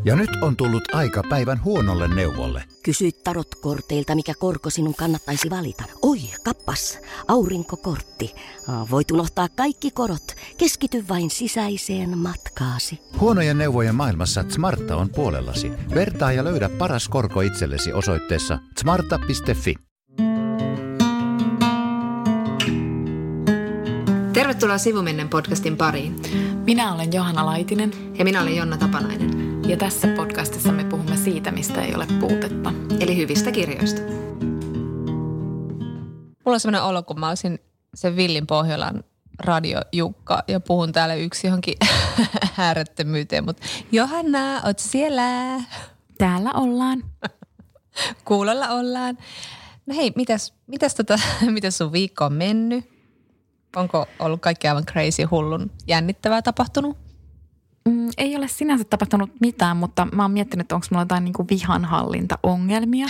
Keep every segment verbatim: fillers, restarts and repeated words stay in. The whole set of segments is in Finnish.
Ja nyt on tullut aika päivän huonolle neuvolle. Kysy tarotkorteilta, mikä korko sinun kannattaisi valita. Oi, kappas, aurinkokortti. Voit unohtaa kaikki korot. Keskity vain sisäiseen matkaasi. Huonojen neuvojen maailmassa Smarta on puolellasi. Vertaa ja löydä paras korko itsellesi osoitteessa smarta piste fi. Tervetuloa Sivumennen podcastin pariin. Minä olen Johanna Laitinen. Ja minä olen Jonna Tapanainen. Ja tässä podcastissa me puhumme siitä, mistä ei ole puutetta. Eli hyvistä kirjoista. Mulla on sellainen olo, kun mä olisin sen Villin Pohjolan radiojukka ja puhun täällä yksi johonkin äärettömyyteen, mutta Johanna, oot siellä? Täällä ollaan. Kuulolla ollaan. No hei, mitäs, mitäs, tota, mitäs sun viikko on mennyt? Onko ollut kaikki aivan crazy, hullun, jännittävää tapahtunut? Mm, ei ole sinänsä tapahtunut mitään, mutta mä oon miettinyt, että onko mulla jotain niin kuin vihanhallintaongelmia.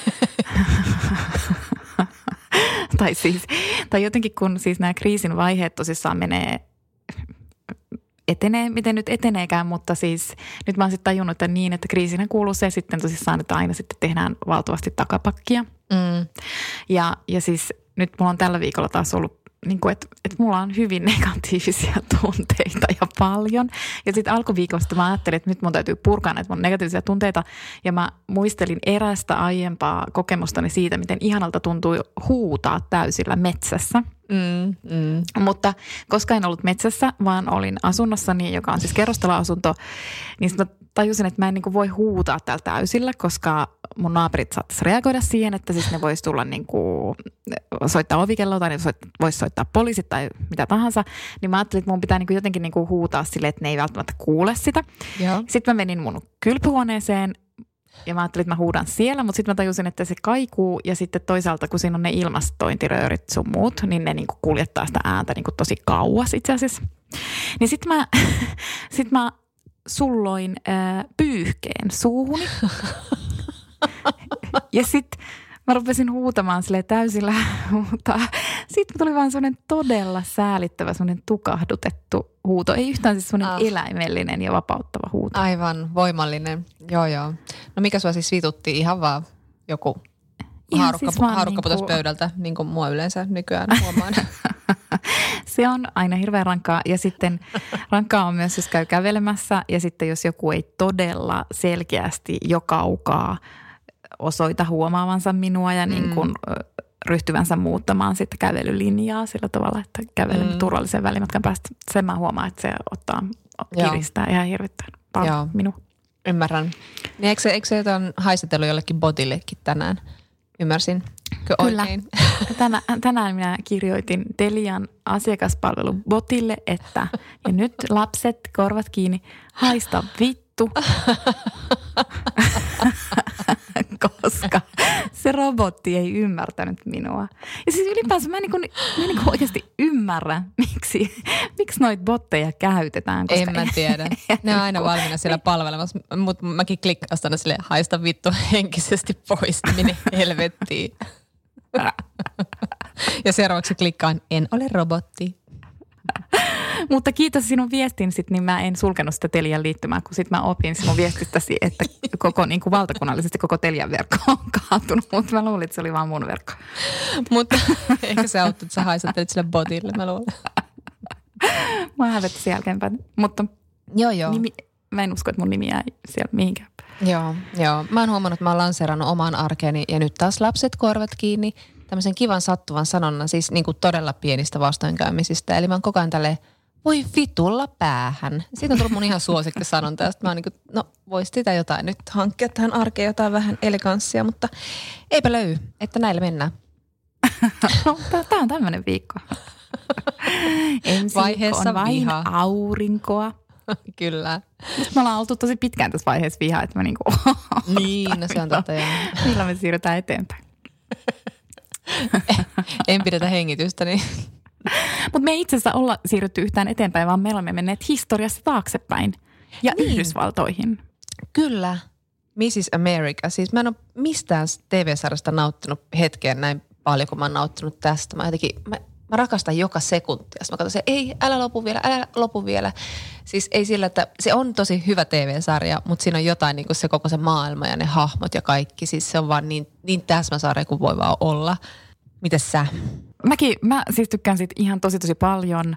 tai siis, tai jotenkin kun siis nämä kriisin vaiheet tosissaan menee, etenee, miten nyt eteneekään, mutta siis nyt mä oon sitten tajunnut, että niin, että kriisinä kuuluu se sitten tosissaan, että aina sitten tehdään valtavasti takapakkia. Mm. Ja, ja siis nyt mulla on tällä viikolla taas ollut niin kuin, että, että mulla on hyvin negatiivisia tunteita ja paljon. Ja sitten alkuviikosta mä ajattelin, että nyt mun täytyy purkaa näitä mun negatiivisia tunteita. Ja mä muistelin erästä aiempaa kokemustani siitä, miten ihanalta tuntui huutaa täysillä metsässä. Mm, mm. Mutta koska en ollut metsässä, vaan olin asunnossani, joka on siis kerrostaloasunto, niin mä tajusin, että mä en niin kuin voi huutaa täällä täysillä, koska mun naapurit saattaisi reagoida siihen, että siis ne vois tulla niin kuin soittaa ovikelloa tai ne vois soittaa poliisit tai mitä tahansa. Niin mä ajattelin, että mun pitää niin kuin jotenkin niin kuin huutaa silleen, että ne ei välttämättä kuule sitä. Joo. Sitten mä menin mun kylpyhuoneeseen ja mä ajattelin, että mä huudan siellä, mutta sitten mä tajusin, että se kaikuu ja sitten toisaalta, kun siinä on ne ilmastointiröörit sun muut, niin ne niin kuin kuljettaa sitä ääntä niin kuin tosi kauas itse asiassa. Niin sitten mä, sit mä sulloin äh, pyyhkeen suuhuni ja sitten mä rupesin huutamaan silleen täysillä, mutta sitten tuli vaan semmoinen todella säälittävä, semmoinen tukahdutettu huuto. Ei yhtään siis semmoinen ah. eläimellinen ja vapauttava huuto. Aivan, voimallinen. Joo, joo. No mikä sua siis vitutti? Ihan vaan joku haarukka, siis haarukka putos niinku pöydältä, niin kuin mua yleensä nykyään huomaan. Se on aina hirveän rankkaa ja sitten rankkaa on myös, jos käy kävelemässä ja sitten jos joku ei todella selkeästi jo kaukaa osoita huomaavansa minua ja niin kuin mm. ryhtyvänsä muuttamaan sitten kävelylinjaa sillä tavalla, että kävelemme mm. turvallisen välimatkan päästä. Sen mä huomaan, että se ottaa, kiristää ihan hirvittävän paljon minua. Ymmärrän. Niin eikö se, eikö se jotain haisetellut jollekin botillekin tänään? Ymmärsin. Kyllä. Oikein? Tänä, tänään minä kirjoitin Telian asiakaspalvelun botille, että ja nyt lapset, korvat kiinni, haista vittu. Koska se robotti ei ymmärtänyt minua. Ja siis ylipäänsä mä en, niin mä en niin oikeasti ymmärrä, miksi, miksi noita botteja käytetään. Koska en mä tiedä. Ne on aina valmiina siellä palvelemassa, mutta mäkin klikkaan aina silleen, haista vittu henkisesti pois, mene helvettiin. Ja seuraavaksi klikkaan, en ole robotti. Mutta kiitos sinun viestin sit, niin mä en sulkenut sitä Telian liittymää, kun sit mä opin sinun viestistäsi, että koko niin kuin valtakunnallisesti koko Telian verkko on kaatunut, mutta mä luulin, että se oli vaan mun verkko. Mutta ehkä se auttoi, että sä haisattelit sille botille, mä luulen. Mä hävetti sen jälkeenpäin, mutta joo, joo. Nimi, mä en usko, että mun nimi jäi siellä mihinkään. Joo, joo. Mä oon huomannut, että mä oon lanseerannut oman arkeeni ja nyt taas lapset korvat kiinni. Tämmöisen kivan sattuvan sanonnan, siis niin kuin todella pienistä vastoinkäymisistä. Eli mä oon koko ajan tälleen, voi vitulla päähän. Siitä on tullut mun ihan suosikki sanonta. Ja sitten mä oon niin kuin, no vois sitä jotain nyt hankkia tähän arkeen jotain vähän eleganssia, mutta eipä löy, että näillä mennään. No, tää on tämmönen viikko. Ensi vaiheessa on vain viha. Aurinkoa. Kyllä. Me ollaan oltu tosi pitkään tässä vaiheessa vihaa, että mä niinku... Niin, no se on totta joo. Millä me siirrytään eteenpäin? En pidetä hengitystä, niin... Mutta me ei itse asiassa olla siirrytty yhtään eteenpäin, vaan me olemme menneet historiassa taaksepäin ja niin. Yhdysvaltoihin. Kyllä. missis America. Siis mä en ole mistään T V-sarjasta nauttinut hetkeen näin paljon, kun mä oon nauttinut tästä. Mä jotenkin, mä mä rakastan joka sekuntia. Sitten mä katson se, ei, älä lopu vielä, älä lopu vielä. Siis ei sillä, että se on tosi hyvä T V-sarja, mutta siinä on jotain niin kuin se koko se maailma ja ne hahmot ja kaikki. Siis se on vaan niin, niin täsmäsarja kuin voi vaan olla. Mites sä? Mäkin, mä siis tykkään siitä ihan tosi tosi paljon.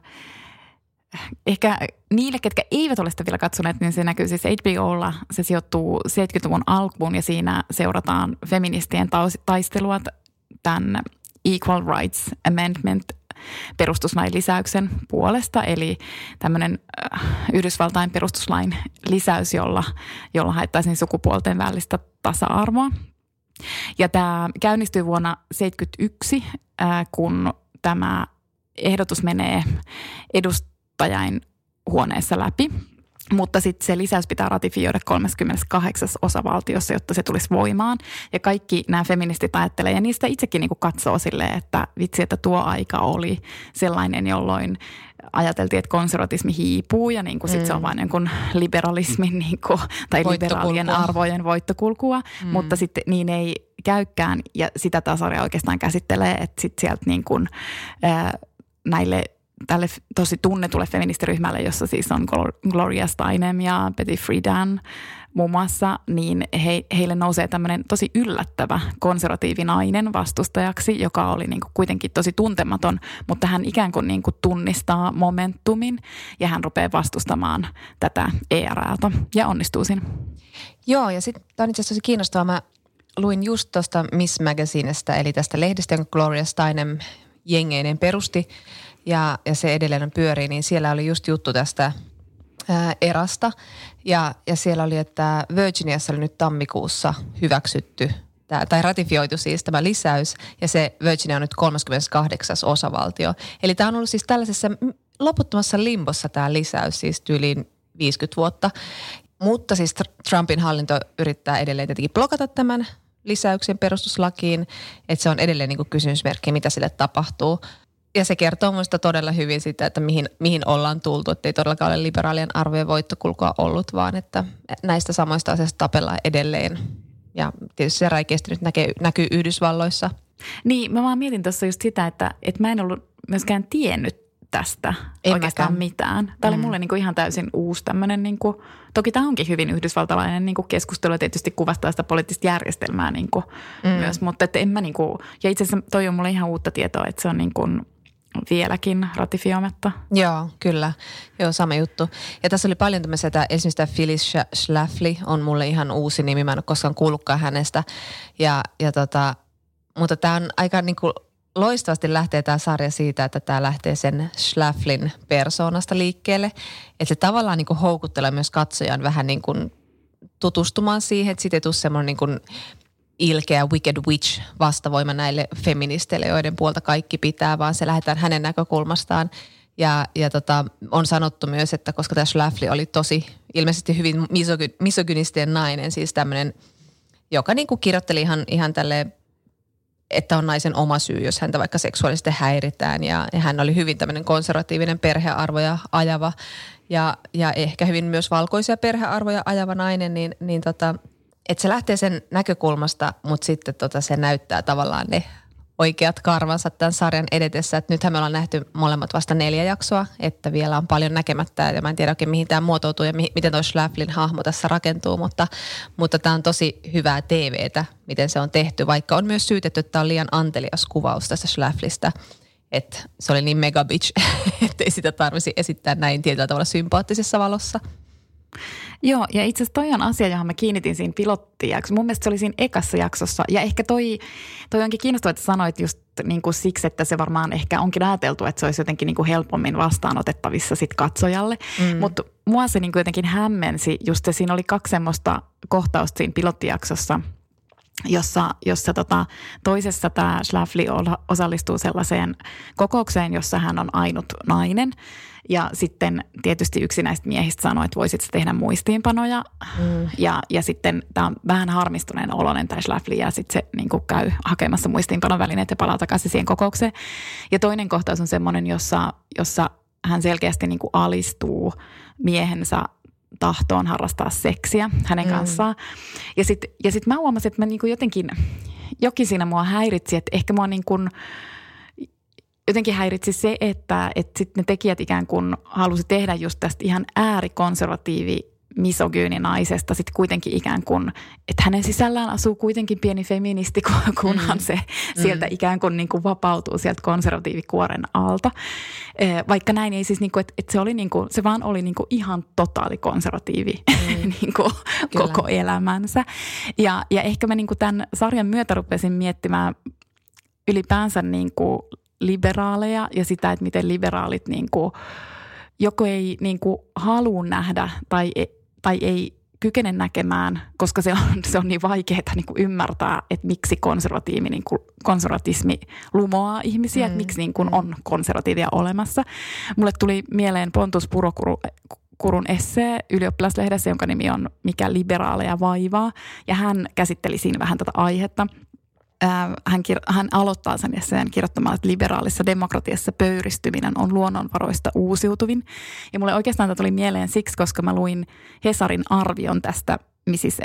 Ehkä niille, ketkä eivät ole sitä vielä katsoneet, niin se näkyy siis H B O:lla. Se sijoittuu seitsemänkymmentäluvun alkuun ja siinä seurataan feministien taistelua tämän Equal Rights Amendment perustuslain lisäyksen puolesta. Eli tämmöinen Yhdysvaltain perustuslain lisäys, jolla, jolla haettaisiin sukupuolten välistä tasa-arvoa. Ja tämä käynnistyy vuonna tuhatyhdeksänsataaseitsemänkymmentäyksi, kun tämä ehdotus menee edustajain huoneessa läpi. Mutta sitten se lisäys pitää ratifioida kolmaskymmeneskahdeksas osavaltiossa, jotta se tulisi voimaan. Ja kaikki nämä feministit ajattelee, ja niistä itsekin niinku katsoo silleen, että vitsi, että tuo aika oli sellainen, jolloin ajateltiin, että konservatismi hiipuu ja niinku sit mm. se on vain jonkun liberalismin niinku, tai liberaalien arvojen voittokulkua. Mm. Mutta sitten niin ei käykään, ja sitä tämä sarja oikeastaan käsittelee, että sitten sieltä niinku, ää, näille tälle tosi tunnetulle feministiryhmälle, jossa siis on Gloria Steinem ja Betty Friedan muun muassa, niin he, heille nousee tämmöinen tosi yllättävä konservatiivinainen vastustajaksi, joka oli niin kuin kuitenkin tosi tuntematon, mutta hän ikään kuin, niin kuin tunnistaa momentumin ja hän rupeaa vastustamaan tätä E R A:ta ja onnistuu siinä. Joo, ja sitten tämä on itse asiassa tosi kiinnostavaa. Mä luin just tuosta Miss Magazinestä, eli tästä lehdestä, jonka Gloria Steinem jengeinen perusti, Ja, ja se edelleen pyörii, niin siellä oli just juttu tästä ää, erasta. Ja, ja siellä oli, että Virginiassa oli nyt tammikuussa hyväksytty, tää, tai ratifioitu siis tämä lisäys. Ja se Virginia on nyt kolmaskymmeneskahdeksas osavaltio. Eli tämä on ollut siis tällaisessa loputtomassa limbossa tämä lisäys, siis tyyliin viisikymmentä vuotta. Mutta siis Trumpin hallinto yrittää edelleen tietenkin blokata tämän lisäyksen perustuslakiin. Että se on edelleen niin kuin kysymysmerkki, mitä sille tapahtuu. Ja se kertoo minusta todella hyvin sitä, että mihin, mihin ollaan tultu, että ei todellakaan ole liberaalien arvojen voittokulkua ollut, vaan että näistä samoista asioista tapellaan edelleen. Ja tietysti se räikeästi nyt näkee, näkyy Yhdysvalloissa. Niin, mä vaan mietin tuossa just sitä, että, että mä en ollut myöskään tiennyt tästä en oikeastaan mäkään. mitään. Tämä oli mulle niin kuin ihan täysin uusi tämmöinen, niin kuin, toki tämä onkin hyvin yhdysvaltalainen niin kuin keskustelu ja tietysti kuvastaa sitä poliittista järjestelmää niin kuin mm. myös, mutta että en mä niin kuin, ja itse asiassa toi on mulle ihan uutta tietoa, että se on niin kuin vieläkin ratifioimatta. Joo, kyllä. Joo, sama juttu. Ja tässä oli paljon tämmöisiä, että esimerkiksi tämä Phyllis Schlafly on mulle ihan uusi nimi. Mä en ole koskaan kuullutkaan hänestä. Ja, ja tota, mutta tämä on aika niin kuin loistavasti lähtee tämä sarja siitä, että tämä lähtee sen Schlaflyn persoonasta liikkeelle. Että se tavallaan niin kuin houkuttelee myös katsojan vähän niin kuin tutustumaan siihen, että siitä ei tule semmoinen niin kuin ilkeä Wicked Witch vastavoima näille feministeille, joiden puolta kaikki pitää, vaan se lähdetään hänen näkökulmastaan. Ja, ja tota, on sanottu myös, että koska tämä Schlafly oli tosi ilmeisesti hyvin misogy- misogynistinen nainen, siis tämmöinen, joka niin kuin kirjoitteli ihan, ihan tälleen, että on naisen oma syy, jos häntä vaikka seksuaalisesti häiritään. Ja, ja hän oli hyvin tämmöinen konservatiivinen perhearvoja ajava ja, ja ehkä hyvin myös valkoisia perhearvoja ajava nainen, niin, niin tota, että se lähtee sen näkökulmasta, mutta sitten tota, se näyttää tavallaan ne oikeat karvansa tämän sarjan edetessä. Että nythän me ollaan nähty molemmat vasta neljä jaksoa, että vielä on paljon näkemättä. Ja mä en tiedä oikein, mihin tämä muotoutuu ja mi- miten toi Schlaflyn hahmo tässä rakentuu. Mutta, mutta tämä on tosi hyvää T V:tä, miten se on tehty. Vaikka on myös syytetty, että tämä on liian antelias kuvaus tästä Schlaflystä. Että se oli niin mega bitch, ettei sitä tarvitsisi esittää näin tietyllä tavalla sympaattisessa valossa. Joo, ja itse asiassa toi on asia, johon mä kiinnitin siinä pilottijaksossa. Mun mielestä se oli siinä ekassa jaksossa. Ja ehkä toi, toi onkin kiinnostavaa, että sanoit just niin kuin siksi, että se varmaan ehkä onkin ajateltu, että se olisi jotenkin niin kuin helpommin vastaanotettavissa sit katsojalle. Mm. Mutta mua se niin kuin jotenkin hämmensi. Just se, siinä oli kaksi semmoista kohtausta siinä pilottijaksossa, jossa, jossa tota, toisessa tämä Schlafly osallistuu sellaiseen kokoukseen, jossa hän on ainut nainen. Ja sitten tietysti yksi näistä miehistä sanoi, että voisit tehdä muistiinpanoja. Mm. Ja, ja sitten tämä on vähän harmistuneen oloinen tämä Schlafly ja sitten se niin kuin käy hakemassa muistiinpanon välineet ja palaa takaisin siihen kokoukseen. Ja toinen kohtaus on semmoinen, jossa, jossa hän selkeästi niin kuin alistuu miehensä tahtoon harrastaa seksiä hänen mm. kanssaan. Ja sitten ja sit mä huomasin, että mä niin kuin jotenkin, jokin siinä mua häiritsi, että ehkä mua niin kuin jotenkin häiritsi se, että, että sitten ne tekijät ikään kuin halusi tehdä just tästä ihan äärikonservatiivi misogyyninaisesta sitten kuitenkin ikään kuin, että hänen sisällään asuu kuitenkin pieni feministi, kunhan mm. se sieltä mm. ikään kuin, niin kuin vapautuu sieltä konservatiivikuoren alta. Vaikka näin ei siis, niin kuin, että, että se, oli niin kuin, se vaan oli niin kuin ihan totaali konservatiivi mm. niin kuin koko elämänsä. Ja, ja ehkä mä niin kuin tämän sarjan myötä rupesin miettimään ylipäänsä niin kuin liberaaleja ja sitä, että miten liberaalit niin kuin, joko ei niin kuin halua nähdä tai tai ei kykene näkemään, koska se on, se on niin vaikeaa niin kuin ymmärtää, että miksi konservatiivi, niin kuin konservatismi lumoaa ihmisiä, mm. että miksi niin kuin on konservatiivia olemassa. Mulle tuli mieleen Pontus Purokurun essee Ylioppilaslehdessä, jonka nimi on Mikä liberaaleja vaivaa, ja hän käsitteli siinä vähän tätä aihetta. Hän, hän aloittaa sen esseen kirjoittamaan, että liberaalissa demokratiassa pöyristyminen on luonnonvaroista uusiutuvin. Ja mulle oikeastaan tämä tuli mieleen siksi, koska mä luin Hesarin arvion tästä missis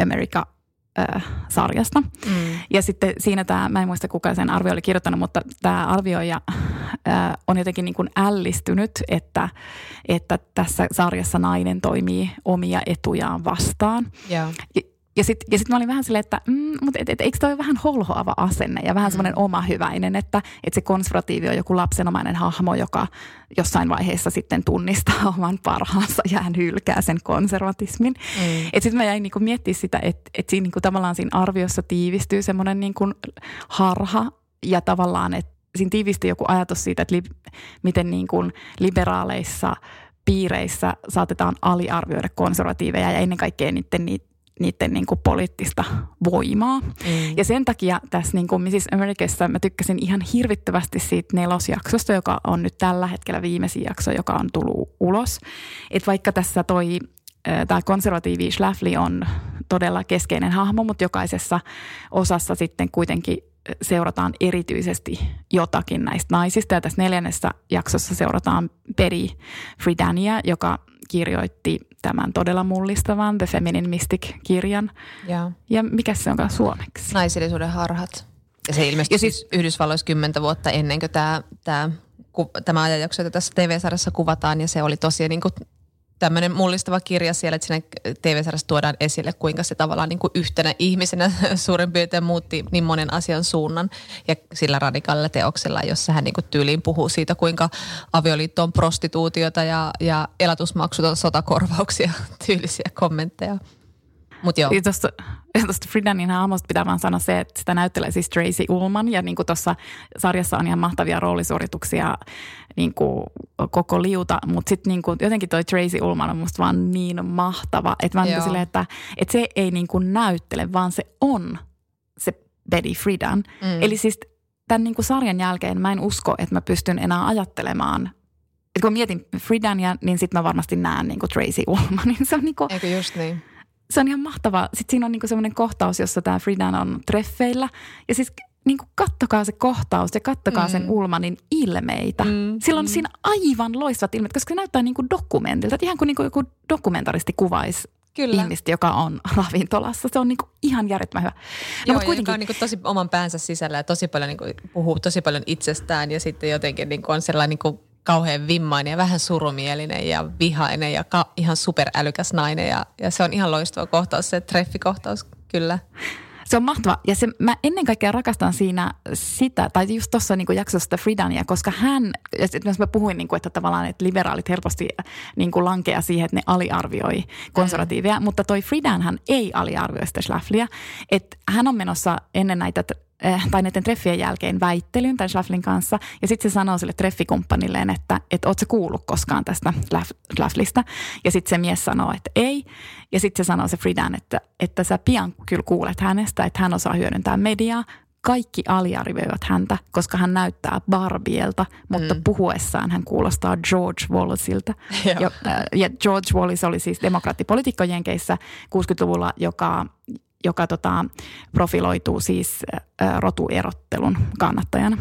America-sarjasta. Mm. Ja sitten siinä tämä, mä en muista kuka sen arvio oli kirjoittanut, mutta tämä arvioija äh, on jotenkin niin kuin ällistynyt, että, että tässä sarjassa nainen toimii omia etujaan vastaan. Yeah. Ja, Ja sitten ja sit mä olin vähän silleen, että mm, mutta et, et, eikö toi ole vähän holhoava asenne ja vähän mm. semmoinen omahyväinen, että et se konservatiivi on joku lapsenomainen hahmo, joka jossain vaiheessa sitten tunnistaa oman parhaansa ja hän hylkää sen konservatismin. Mm. Että sitten mä jäin niinku miettimään sitä, että et siinä niinku tavallaan siinä arviossa tiivistyy semmoinen niinku harha ja tavallaan, että siinä tiivistyy joku ajatus siitä, että li, miten niinku liberaaleissa piireissä saatetaan aliarvioida konservatiiveja ja ennen kaikkea niiden niitä niiden niin kuin poliittista voimaa. Mm. Ja sen takia tässä niin kuin missis Americassa mä tykkäsin ihan hirvittävästi siitä nelosjaksosta, joka on nyt tällä hetkellä viimeisin jakso, joka on tullut ulos. Että vaikka tässä toi tämä konservatiivi Schlafly on todella keskeinen hahmo, mutta jokaisessa osassa sitten kuitenkin seurataan erityisesti jotakin näistä naisista. Ja tässä neljännessä jaksossa seurataan Betty Friedandia, joka kirjoitti tämän todella mullistavan The Feminine Mystic-kirjan. Ja, ja mikä se onkaan suomeksi? Naisellisuuden harhat. Ja se ilmestyi ja siis, siis Yhdysvalloissa kymmentä vuotta ennen kuin tämä, tämä, tämä ajanjakso, jota tässä T V-sarjassa kuvataan. Ja se oli tosiaan niin kuin tämmöinen mullistava kirja siellä, että siinä T V-sarjassa tuodaan esille, kuinka se tavallaan niin kuin yhtenä ihmisenä suurin piirtein muutti niin monen asian suunnan. Ja sillä radikaalilla teoksella, jossa hän niin kuin tyyliin puhuu siitä, kuinka avioliitto on prostituutiota ja, ja elatusmaksut on sotakorvauksia, tyylisiä kommentteja. Mut joo. Tuosta, tuosta Friedanin hahmosta pitää vaan sanoa se, että sitä näyttelee siis Tracy Ullman ja niin kuin tuossa sarjassa on ihan mahtavia roolisuorituksia niin kuin koko liuta, mutta sitten niin kuin jotenkin toi Tracy Ullman on musta vaan niin mahtava, että mä niin silleen, että, että se ei niin kuin näyttele, vaan se on se Betty Friedan. Mm. Eli siis tämän niin kuin sarjan jälkeen mä en usko, että mä pystyn enää ajattelemaan, että kun mietin Friedania, niin sitten mä varmasti näen niin kuin Tracy Ullmanin. Se on niin kuin, eikö just niin? Se on ihan mahtavaa. Sitten siinä on niinku semmoinen kohtaus, jossa tämä Friedan on treffeillä. Ja siis niinku kattokaa se kohtaus ja kattokaa mm. sen Ullmanin ilmeitä. Mm. Sillä on mm. siinä aivan loistavat ilmeet, koska se näyttää niinku dokumentilta. Että ihan kuin niinku joku dokumentaristi kuvaisi Kyllä. ihmistä, joka on ravintolassa. Se on niinku ihan järjettömän hyvä. No, Joo, kuitenkin, joka on niinku tosi oman päänsä sisällä ja tosi paljon niinku puhuu tosi paljon itsestään. Ja sitten jotenkin niinku on sellainen niinku kauhean vimmainen ja vähän surumielinen ja vihainen ja ka- ihan superälykäs nainen. Ja, ja se on ihan loistava kohtaus, se treffikohtaus, kyllä. Se on mahtava. Ja se, mä ennen kaikkea rakastan siinä sitä, tai just tuossa niin jaksosta Friedania, koska hän, jos mä puhuin, niin kuin, että tavallaan että liberaalit helposti niin kuin lankeaa siihen, että ne aliarvioi konservatiivia, mm. mutta toi Friedan hän ei aliarvioi sitä Schlaflyä. Että hän on menossa ennen näitä tai näiden treffien jälkeen väittelyyn tämän Schlaflyn kanssa. Ja sitten se sanoo sille treffikumppanilleen, että et oot sä kuullut koskaan tästä Schlaflystä. Ja sitten se mies sanoo, että ei. Ja sitten se sanoo se Friedan, että, että sä pian kyllä kuulet hänestä, että hän osaa hyödyntää mediaa. Kaikki aliarvioivat häntä, koska hän näyttää Barbielta, mutta mm. puhuessaan hän kuulostaa George Wallaceilta. ja, ja George Wallace oli siis demokraattipoliitikko Jenkeissä kuusikymmentäluvulla, joka... joka tota, profiloituu siis ä, rotuerottelun kannattajana.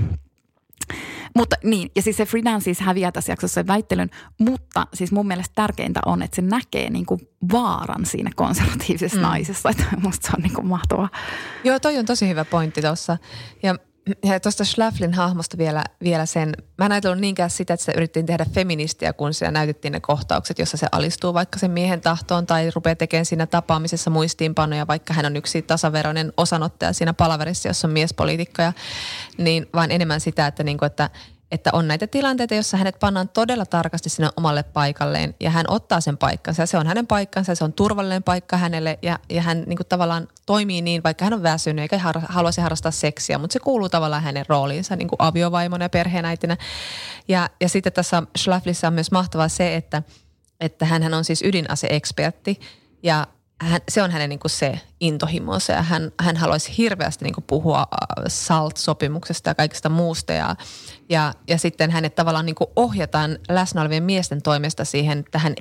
Mutta niin, ja siis se Friedan siis häviää tässä jaksossa sen väittelyn, mutta siis mun mielestä tärkeintä on, että se näkee niinku vaaran siinä konservatiivisessa mm. naisessa, että musta se on niinku mahtavaa. Joo, toi on tosi hyvä pointti tuossa. Ja ja tuosta Schlaflin hahmosta vielä, vielä sen, mä en ajatellut niinkään sitä, että se yritettiin tehdä feministiä, kun siellä näytettiin ne kohtaukset, jossa se alistuu vaikka sen miehen tahtoon tai rupeaa tekemään siinä tapaamisessa muistiinpanoja, vaikka hän on yksi tasaveroinen osanottaja siinä palaverissa, jossa on miespoliitikkoja, niin vaan enemmän sitä, että, niin kuin, että Että on näitä tilanteita, jossa hänet pannaan todella tarkasti sinne omalle paikalleen ja hän ottaa sen paikkansa. Se on hänen paikkansa, se on turvallinen paikka hänelle ja, ja hän niin kuin tavallaan toimii niin, vaikka hän on väsynyt eikä har, haluaisi harrastaa seksiä, mutta se kuuluu tavallaan hänen rooliinsa niin kuin aviovaimona ja perheenäitinä. Ja, ja sitten tässä Schlaflissa on myös mahtavaa se, että, että hänhän on siis ydinase-ekspertti ja Hän, se on hänen niin kuin se intohimonsa ja hän, hän haluaisi hirveästi niin kuin puhua SALT-sopimuksesta ja kaikista muusta ja, ja, ja sitten hänet tavallaan niin kuin ohjataan läsnä olevien miesten toimesta siihen tähän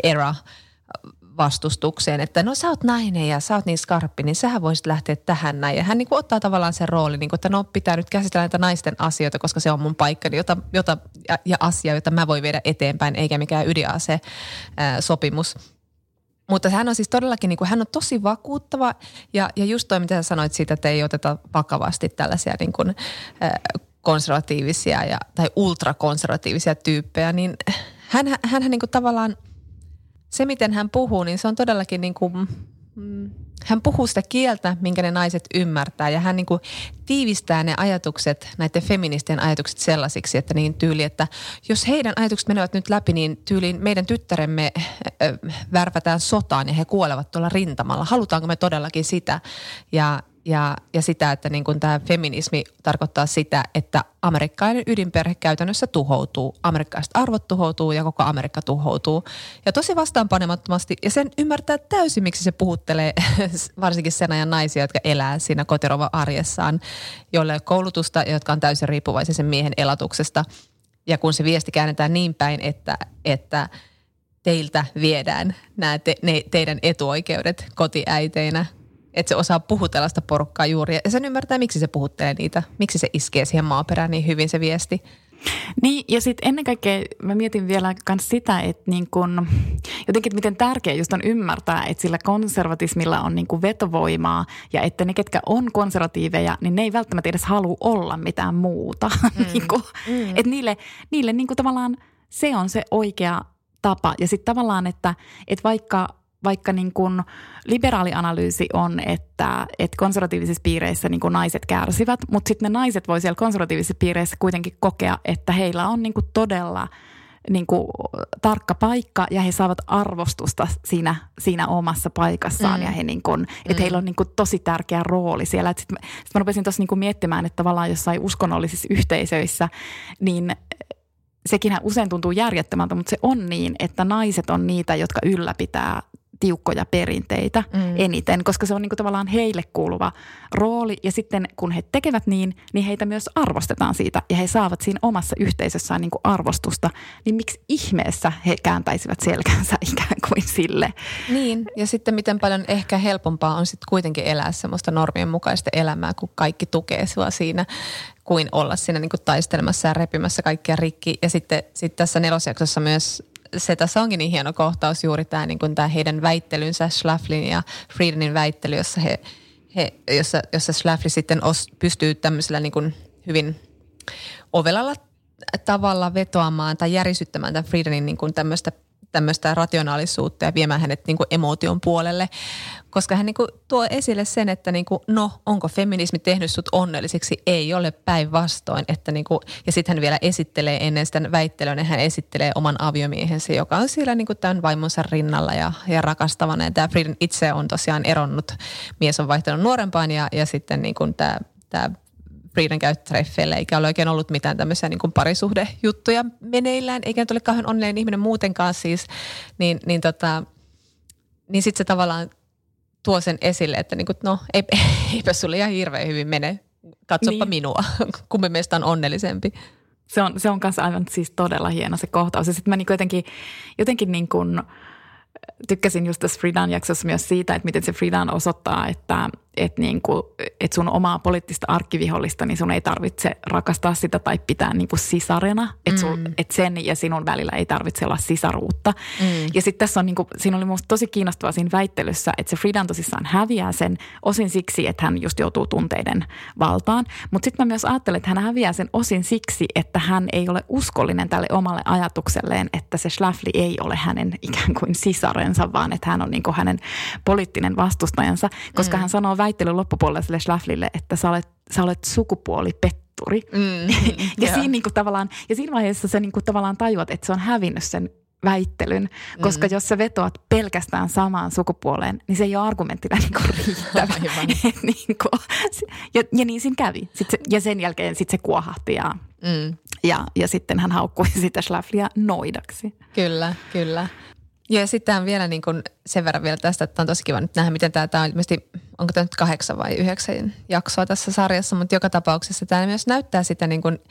era-vastustukseen, että no sä oot nainen ja sä oot niin skarppi, niin sähän voisit lähteä tähän näin. Ja hän niin kuin ottaa tavallaan sen roolin, niin kuin, että no pitää nyt käsitellä näitä naisten asioita, koska se on mun paikkani jota, jota, ja, ja asia, jota mä voin viedä eteenpäin, eikä mikään ydinase-sopimus. Mutta hän on siis todellakin, niin kuin, hän on tosi vakuuttava ja, ja just toi, mitä sä sanoit siitä, että ei oteta vakavasti tällaisia niin kuin, konservatiivisia ja, tai ultrakonservatiivisia tyyppejä, niin hän, hän, hän niin kuin tavallaan, se miten hän puhuu, niin se on todellakin niin kuin, mm, hän puhuu sitä kieltä, minkä ne naiset ymmärtää ja hän niin kuin tiivistää ne ajatukset, näiden feministien ajatukset sellaisiksi, että niin tyyli, että jos heidän ajatukset menevät nyt läpi, niin tyyliin meidän tyttäremme äh, värvätään sotaan ja he kuolevat tuolla rintamalla. Halutaanko me todellakin sitä? Ja, ja, ja sitä, että niin kuin tämä feminismi tarkoittaa sitä, että amerikkalainen ydinperhe käytännössä tuhoutuu. Amerikkalaiset arvot tuhoutuu ja koko Amerikka tuhoutuu. Ja tosi vastaanpanemattomasti, ja sen ymmärtää täysin, miksi se puhuttelee varsinkin sen ajan naisia, jotka elää siinä kotirova-arjessaan, joilla ei ole koulutusta ja jotka on täysin riippuvaisia sen miehen elatuksesta. Ja kun se viesti käännetään niin päin, että, että teiltä viedään nämä te, ne, teidän etuoikeudet kotiäiteinä, että se osaa puhutella sitä porukkaa juuri. Ja sen ymmärtää, miksi se puhuttelee niitä, miksi se iskee siihen maaperään niin hyvin se viesti. Niin, ja sitten ennen kaikkea mä mietin vielä myös sitä, että niin kun, jotenkin miten tärkeää just on ymmärtää, että sillä konservatismilla on niin kun vetovoimaa ja että ne, ketkä on konservatiiveja, niin ne ei välttämättä edes halua olla mitään muuta. Mm. niin kun, mm. Että niille, niille niin kun tavallaan se on se oikea tapa. Ja sitten tavallaan, että, että vaikka... Vaikka niin kuin liberaalianalyysi on, että, että konservatiivisissa piireissä niin kuin naiset kärsivät, mutta sitten ne naiset voi siellä konservatiivisissa piireissä kuitenkin kokea, että heillä on niin kuin todella niin kuin tarkka paikka ja he saavat arvostusta siinä, siinä omassa paikassaan. Mm. Ja he niin kuin, että mm. heillä on niin kuin tosi tärkeä rooli siellä. Sitten mä, sit mä rupesin tuossa niin kuin miettimään, että tavallaan jossain uskonnollisissa yhteisöissä, niin sekinhän usein tuntuu järjettömältä, mutta se on niin, että naiset on niitä, jotka ylläpitää tiukkoja perinteitä mm. eniten, koska se on niin kuin tavallaan heille kuuluva rooli. Ja sitten kun he tekevät niin, niin heitä myös arvostetaan siitä ja he saavat siinä omassa yhteisössään niin kuin arvostusta. Niin miksi ihmeessä he kääntäisivät selkänsä ikään kuin sille? Niin, ja sitten miten paljon ehkä helpompaa on sitten kuitenkin elää semmoista normien mukaista elämää, kun kaikki tukee sua siinä, kuin olla siinä niin kuin taistelemassa ja repimässä kaikkia rikki. Ja sitten sit tässä nelosjaksossa myös se tässä onkin niin hieno kohtaus juuri tämä, niin kuin tämä heidän väittelynsä, Schlaflin ja Friedenin väittely, jossa, he, he, jossa, jossa Schlafly sitten os, pystyy tämmöisellä niin kuin hyvin ovelalla tavalla vetoamaan tai järisyttämään tämän Friedenin niin kuin tämmöistä, tämmöistä rationaalisuutta ja viemään hänet niin kuin emootion puolelle, koska hän niin kuin tuo esille sen, että niin kuin, no onko feminismi tehnyt sut onnellisiksi? Ei ole, päinvastoin. Että niin kuin, ja sitten hän vielä esittelee ennen sitä väittelyä, niin hän esittelee oman aviomiehensä, joka on siellä niin kuin tämän vaimonsa rinnalla ja, ja rakastavana. Ja tämä Frieden itse on tosiaan eronnut, mies on vaihtanut nuorempaan ja, ja sitten niin kuin tämä, tämä Frieden käy treffeille, eikä ole oikein ollut mitään tämmöisiä niin kuin parisuhdejuttuja meneillään, eikä nyt ole kauhean onnellinen ihminen muutenkaan siis, niin, niin, tota, niin sitten se tavallaan tuo sen esille, että niin kuin, no ei, eipä sulle ihan hirveän hyvin mene, katsoppa niin. minua, kumpi meistä on onnellisempi. Se on, se on kanssa aivan siis todella hieno se kohtaus. Ja sitten mä niin jotenkin, jotenkin niin kuin tykkäsin just tässä Friedan jaksossa myös siitä, että miten se Friedan osoittaa, että, että niinku, et sun omaa poliittista arkkivihollista, niin sun ei tarvitse rakastaa sitä tai pitää niinku sisarena. Että mm. et sen ja sinun välillä ei tarvitse olla sisaruutta. Mm. Ja sitten tässä on niinku, siinä oli musta tosi kiinnostavaa siinä väittelyssä, että se Friedan tosissaan häviää sen osin siksi, että hän just joutuu tunteiden valtaan. Mutta sitten mä myös ajattelen, että hän häviää sen osin siksi, että hän ei ole uskollinen tälle omalle ajatukselleen, että se Schlafly ei ole hänen ikään kuin sisarensa, vaan että hän on niinku hänen poliittinen vastustajansa, koska mm. hän sanoo väittelyn loppupuolella sille Schlaflylle, että sä olet, sä olet sukupuolipetturi. Mm. ja, yeah. siinä niinku tavallaan, ja siinä vaiheessa sä niinku tavallaan tajuat, että se on hävinnyt sen väittelyn, koska mm. jos sä vetoat pelkästään samaan sukupuoleen, niin se ei ole argumenttina niinku riittävä. niinku, ja, ja niin siinä kävi. Se, ja sen jälkeen sit se kuohahti ja, mm. ja, ja sitten hän haukkui sitä Schlaflyä noidaksi. Kyllä, kyllä. Ja sitten vielä niin kuin sen verran vielä tästä, että on tosi kiva nyt nähdä, miten tämä, tämä on ilmeisesti, onko tämä nyt kahdeksan vai yhdeksän jaksoa tässä sarjassa, mutta joka tapauksessa tämä myös näyttää sitä niin kuin,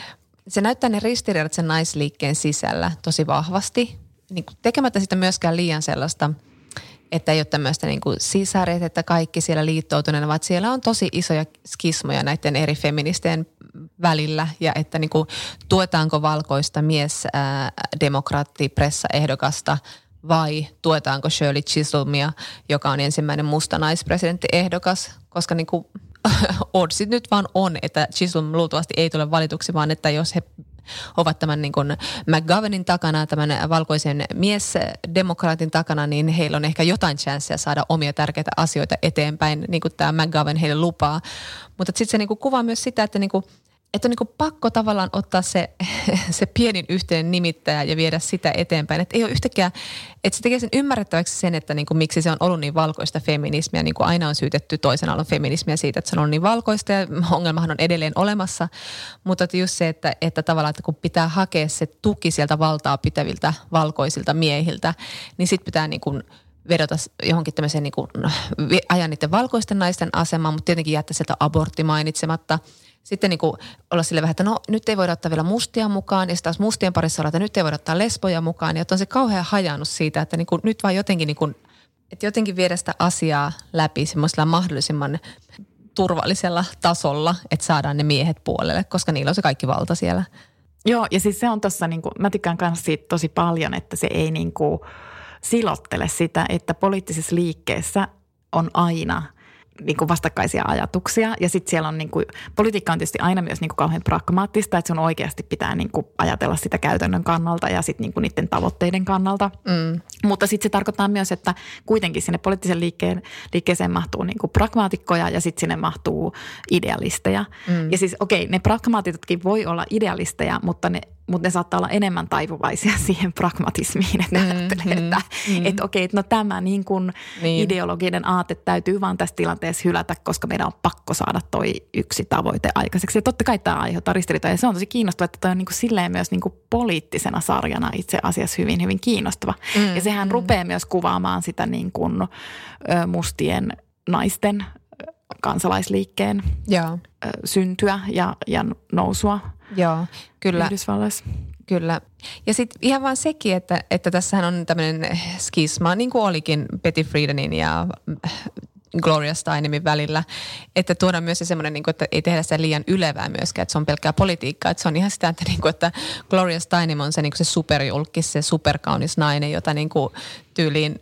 se näyttää ne ristiriidat sen naisliikkeen sisällä tosi vahvasti, niin kuin tekemättä sitä myöskään liian sellaista, että ei ole tämmöistä niin kuin sisaret, että kaikki siellä liittoutuneena, vaan siellä on tosi isoja skismoja näiden eri feministeen välillä ja että niin kuin tuetaanko valkoista mies ää, demokraatti pressaehdokasta vai tuetaanko Shirley Chisholmia, joka on ensimmäinen musta naispresidenttiehdokas, koska niin kuin oddsit nyt vaan on, että Chisholm luultavasti ei tule valituksi, vaan että jos he ovat tämän niin kuin McGovernin takana, tämän valkoisen miesdemokraatin takana, niin heillä on ehkä jotain chanssiä saada omia tärkeitä asioita eteenpäin, niin kuin tämä McGovern heille lupaa. Mutta sitten se niin kuin kuvaa myös sitä, että niin kuin Että on niin kuin pakko tavallaan ottaa se, se pienin yhteinen nimittäjä ja viedä sitä eteenpäin. Että ei ole yhtäkään, että se tekee sen ymmärrettäväksi sen, että niin kuin miksi se on ollut niin valkoista feminismiä. Niin kuin aina on syytetty toisen aallon feminismiä siitä, että se on ollut niin valkoista ja ongelmahan on edelleen olemassa. Mutta että just se, että, että tavallaan, että kun pitää hakea se tuki sieltä valtaa pitäviltä valkoisilta miehiltä, niin sitten pitää niin kuin vedota johonkin tämmöiseen niin kuin ajan niiden valkoisten naisten asemaan, mutta tietenkin jättää sieltä abortti mainitsematta. Sitten niin kuin olla sille vähän, että no nyt ei voida ottaa vielä mustia mukaan ja sitten taas mustien parissa olla, että nyt ei voida ottaa lesboja mukaan. Ja että on se kauhean hajannut siitä, että niin kuin nyt vaan jotenkin, niin kuin, että jotenkin viedä sitä asiaa läpi semmoisella mahdollisimman turvallisella tasolla, että saadaan ne miehet puolelle, koska niillä on se kaikki valta siellä. Joo, ja siis se on tossa, niin kuin, mä tykkään myös siitä tosi paljon, että se ei niin kuin silottele sitä, että poliittisessa liikkeessä on aina niin kuin vastakkaisia ajatuksia ja sitten siellä on niin kuin, politiikka on tietysti aina myös niin kuin kauhean pragmaattista, että sun oikeasti pitää niin kuin ajatella sitä käytännön kannalta ja sitten niin kuin niiden tavoitteiden kannalta. Mm. Mutta sitten se tarkoittaa myös, että kuitenkin sinne poliittisen liikkeen, liikkeeseen mahtuu niin kuin pragmaatikkoja ja sitten sinne mahtuu idealisteja. Mm. Ja siis okei, ne pragmaatitotkin voi olla idealisteja, mutta ne mutta ne saattaa olla enemmän taipuvaisia siihen pragmatismiin, että mm, ajattelee, mm, että mm. et okei, että no tämä niin kuin niin. ideologinen aate täytyy vaan tässä tilanteessa hylätä, koska meidän on pakko saada toi yksi tavoite aikaiseksi. Ja totta kai tämä aiheuttaa ristiriitoja ja se on tosi kiinnostavaa, että toi on niin kuin silleen myös niin kuin poliittisena sarjana itse asiassa hyvin, hyvin kiinnostava. Mm, ja sehän mm. rupeaa myös kuvaamaan sitä niin kuin ö, mustien naisten kansalaisliikkeen Joo. Ö, syntyä ja, ja nousua. Joo, kyllä. Yhdysvalloissa. Kyllä. Ja sitten ihan vaan sekin, että, että tässähän on tämmöinen skisma, niin kuin olikin Betty Friedanin ja Gloria Steinemin välillä, että tuodaan myös se semmoinen, niin kuin, että ei tehdä sitä liian ylevää myöskään, että se on pelkkää politiikkaa. Että se on ihan sitä, että, niin kuin, että Gloria Steinem on se, niin kuin se superjulkis, se superkaunis nainen, jota niin kuin tyyliin,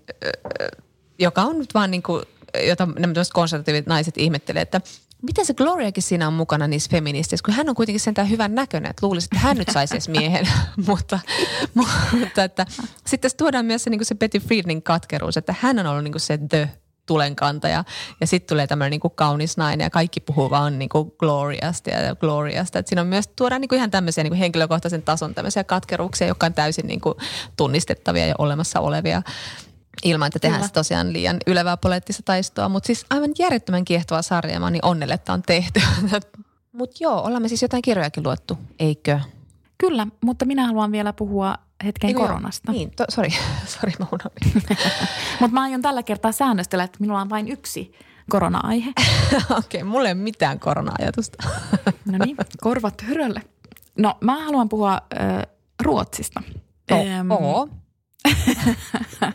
joka on nyt vaan niin kuin, jota nämä konservatiivit naiset ihmettelee, että miten se Gloriakin siinä on mukana niissä feministeissä, kun hän on kuitenkin sentään hyvän näköinen, että luulisi, että hän nyt saisi edes miehen, mutta, mutta että sitten tässä tuodaan myös se, niin kuin se Betty Friedanin katkeruus, että hän on ollut niin kuin se the tulenkantaja ja sitten tulee tämmöinen niin kuin kaunis nainen ja kaikki puhuu vaan niin kuin Gloriasta ja Gloriasta, että siinä on myös tuodaan niin kuin ihan tämmöisiä niin kuin henkilökohtaisen tason tämmöisiä katkeruuksia, jotka on täysin niin kuin tunnistettavia ja olemassa olevia. Ilman, että tehdään se tosiaan liian ylevää poliittista taistoa, mutta siis aivan järjettömän kiehtovaa sarjaa, mä niin onnelle, että on tehty. Mutta joo, ollaan me siis jotain kirjojakin luettu, eikö? Kyllä, mutta minä haluan vielä puhua hetken Eikö koronasta. Jo? Niin, to, sorry, sorry mä unohdin. Mutta mä aion tällä kertaa säännöstellä, että minulla on vain yksi korona-aihe. Okei, okay, mulla ei ole mitään korona-ajatusta. No niin, korvat hyrölle. No mä haluan puhua äh, Ruotsista. Oo. Oh.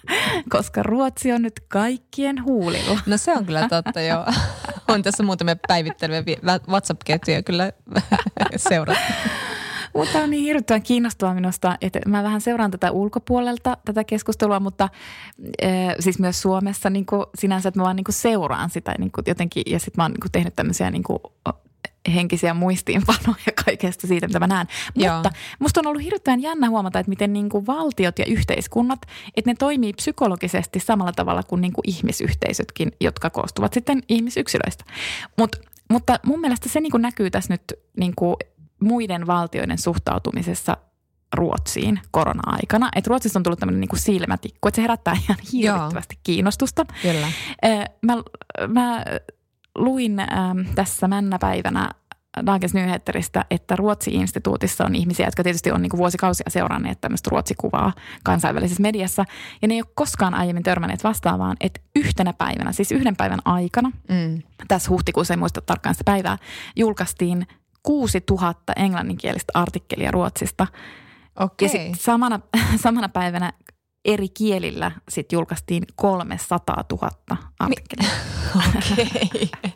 Koska Ruotsi on nyt kaikkien huulilla. No se on kyllä totta, joo. On tässä muutamia päivittelyjä WhatsApp-ketjuja kyllä seurattu. Mutta on niin hirveän kiinnostavaa minusta, että mä vähän seuraan tätä ulkopuolelta, tätä keskustelua, mutta e, siis myös Suomessa niin kuin sinänsä, että mä vaan niin kuin seuraan sitä niin kuin jotenkin, ja sitten mä oon niin kuin tehnyt tämmöisiä niin kuin henkisiä muistiinpanoja kaikesta siitä, mitä mä näen. Joo. Mutta musta on ollut hirveän jännä huomata, että miten niin kuin valtiot ja yhteiskunnat, että ne toimii psykologisesti samalla tavalla kuin, niin kuin ihmisyhteisötkin, jotka koostuvat sitten ihmisyksilöistä. Mut, mutta mun mielestä se niin kuin näkyy tässä nyt niin kuin muiden valtioiden suhtautumisessa Ruotsiin korona-aikana. Että Ruotsissa on tullut tämmöinen niin kuin silmätikku, että se herättää ihan hirvittävästi Joo. kiinnostusta. Kyllä. Mä, mä luin ähm, tässä männäpäivänä Dagens Nyheteristä, että Ruotsi-instituutissa on ihmisiä, jotka tietysti on niin kuin vuosikausia seuranneet tämmöistä ruotsikuvaa kansainvälisessä mediassa. Ja ne ei ole koskaan aiemmin törmänneet vastaavaan, että yhtenä päivänä, siis yhden päivän aikana, mm. tässä huhtikuussa, ei muista tarkkaan sitä päivää, julkaistiin kuusituhatta englanninkielistä artikkelia Ruotsista. Okay. Ja sitten samana, samana päivänä eri kielillä sit julkaistiin kolmesataatuhatta artikkelia. Okei. Okay.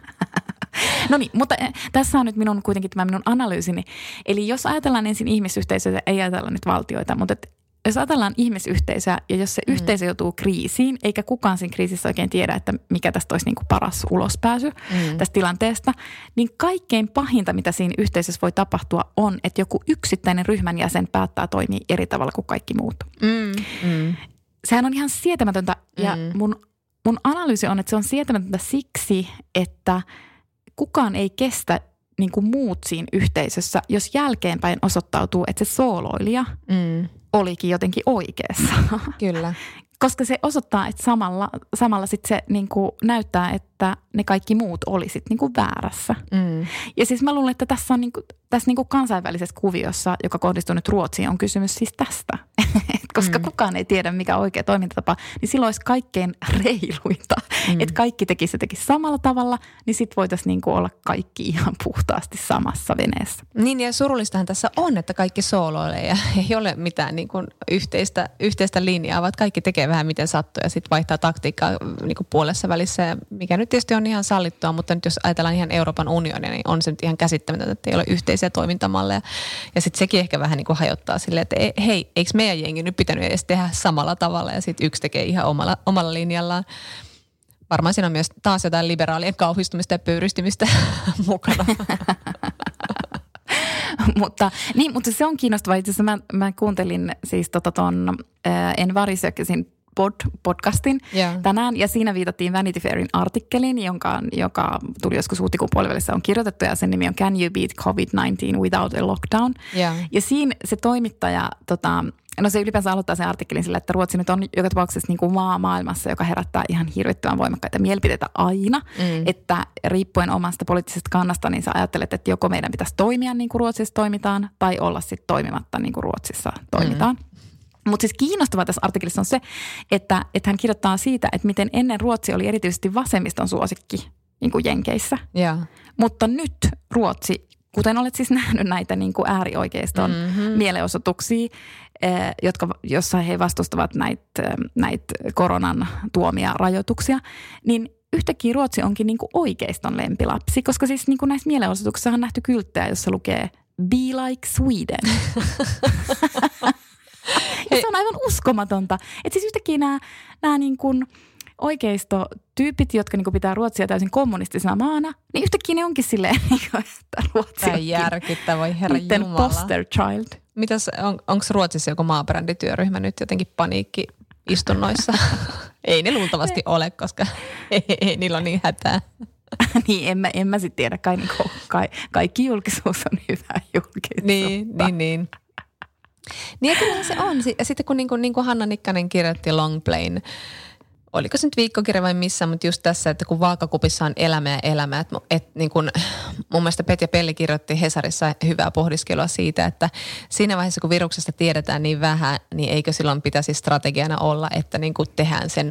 No niin, mutta tässä on nyt minun kuitenkin tämä minun analyysini. Eli jos ajatellaan ensin ihmisyhteisöjä, ei ajatella nyt valtioita, mutta et jos ajatellaan ihmisyhteisöä ja jos se mm. yhteisö joutuu kriisiin, eikä kukaan siinä kriisissä oikein tiedä, että mikä tästä olisi niin kuin paras ulospääsy mm. tästä tilanteesta, niin kaikkein pahinta, mitä siinä yhteisössä voi tapahtua, on, että joku yksittäinen ryhmän jäsen päättää toimia eri tavalla kuin kaikki muut. Mm. Mm. Sehän on ihan sietämätöntä ja mm. mun, mun analyysi on, että se on sietämätöntä siksi, että kukaan ei kestä niin kuin muut siinä yhteisössä, jos jälkeenpäin osoittautuu, että se sooloilija mm. olikin jotenkin oikeassa. Kyllä. Koska se osoittaa, että samalla, samalla sit se niin kuin näyttää, että ne kaikki muut oli sit niin kuin väärässä. Mm. Ja siis mä luulen, että tässä, on niin kuin, tässä niin kuin kansainvälisessä kuviossa, joka kohdistuu nyt Ruotsiin, on kysymys siis tästä. Koska mm. kukaan ei tiedä, mikä on oikea toimintatapa, niin silloin olisi kaikkein reiluinta. Mm. Että kaikki tekisi se tekisi samalla tavalla, niin sitten voitaisiin niin kuin olla kaikki ihan puhtaasti samassa veneessä. Niin ja surullistahan tässä on, että kaikki sooloilee ja ei ole mitään niin kuin yhteistä, yhteistä linjaa, vaan kaikki tekee vähän miten sattuu ja sitten vaihtaa taktiikkaa niin kuin puolessa välissä, mikä nyt tietysti on ihan sallittua, mutta nyt jos ajatellaan ihan Euroopan unionia, niin on se nyt ihan käsittämätöntä, että ei ole yhteisiä toimintamalleja. Ja sitten sekin ehkä vähän niin kuin hajottaa silleen, että hei, eikö meidän jengi nyt pitänyt edes tehdä samalla tavalla ja sitten yksi tekee ihan omalla, omalla linjallaan. Varmaan siinä on myös taas jotain liberaalien kauhistumista ja pöyristymistä mukana. mutta, niin, mutta se on kiinnostavaa. Itse asiassa mä, mä kuuntelin siis tota ton äh, En Varisökkäsin pod, podcastin yeah. tänään ja siinä viitattiin Vanity Fairin artikkelin, jonka, joka tuli joskus huhtikuun puolivälissä on kirjoitettu ja sen nimi on Can you beat covid nineteen without a lockdown? Yeah. Ja siinä se toimittaja, tota, no se ylipäänsä aloittaa sen artikkelin sillä, että Ruotsi nyt on joka tapauksessa niin kuin maa maailmassa, joka herättää ihan hirvittävän voimakkaita mielipiteitä aina, mm. että riippuen omasta poliittisesta kannasta, niin sä ajattelet, että joko meidän pitäisi toimia niin kuin Ruotsissa toimitaan tai olla sitten toimimatta niin kuin Ruotsissa toimitaan. Mm. Mutta siis kiinnostavaa tässä artikkelissa on se, että, että hän kirjoittaa siitä, että miten ennen Ruotsi oli erityisesti vasemmiston suosikki niin kuin Jenkeissä. Yeah. Mutta nyt Ruotsi, kuten olet siis nähnyt näitä niin kuin äärioikeiston mm-hmm. mielenosoituksia, eh, jotka, jossa he vastustavat näitä, näitä koronan tuomia rajoituksia, niin yhtäkkiä Ruotsi onkin niin kuin oikeiston lempilapsi, koska siis niin kuin näissä mielenosoituksissa on nähty kylttejä, jossa lukee Be like Sweden. Ja se on aivan uskomatonta. Että siis yhtäkkiä nämä, nämä niin kuin oikeistotyypit, jotka niin kuin pitää Ruotsia täysin kommunistisena maana, niin yhtäkkiä ne onkin silleen, että Ruotsi onkin tai järkyttä, voi herra jumala. Poster child. Mitäs, on, onko Ruotsissa joku maabrändityöryhmä nyt jotenkin paniikki istunnoissa? Ei ne luultavasti ole, koska ei, ei niillä on niin hätää. Niin, en mä, en mä sitten tiedä. Kai, niin kuin, kai, kaikki julkisuus on hyvä julkisuutta. Niin, niin, niin. Niin ja kyllä se on. Ja sitten kun, niin kuin, niin kuin Hanna Nikkanen kirjoitti Longplayn, oliko se nyt viikkokirja vai missä, mutta just tässä, että kun vaakakupissa on elämä ja elämä. Että et, niin kuin, mun mielestä Petja Pelli kirjoitti Hesarissa hyvää pohdiskelua siitä, että siinä vaiheessa kun viruksesta tiedetään niin vähän, niin eikö silloin pitäisi strategiana olla, että niin kuin tehdään sen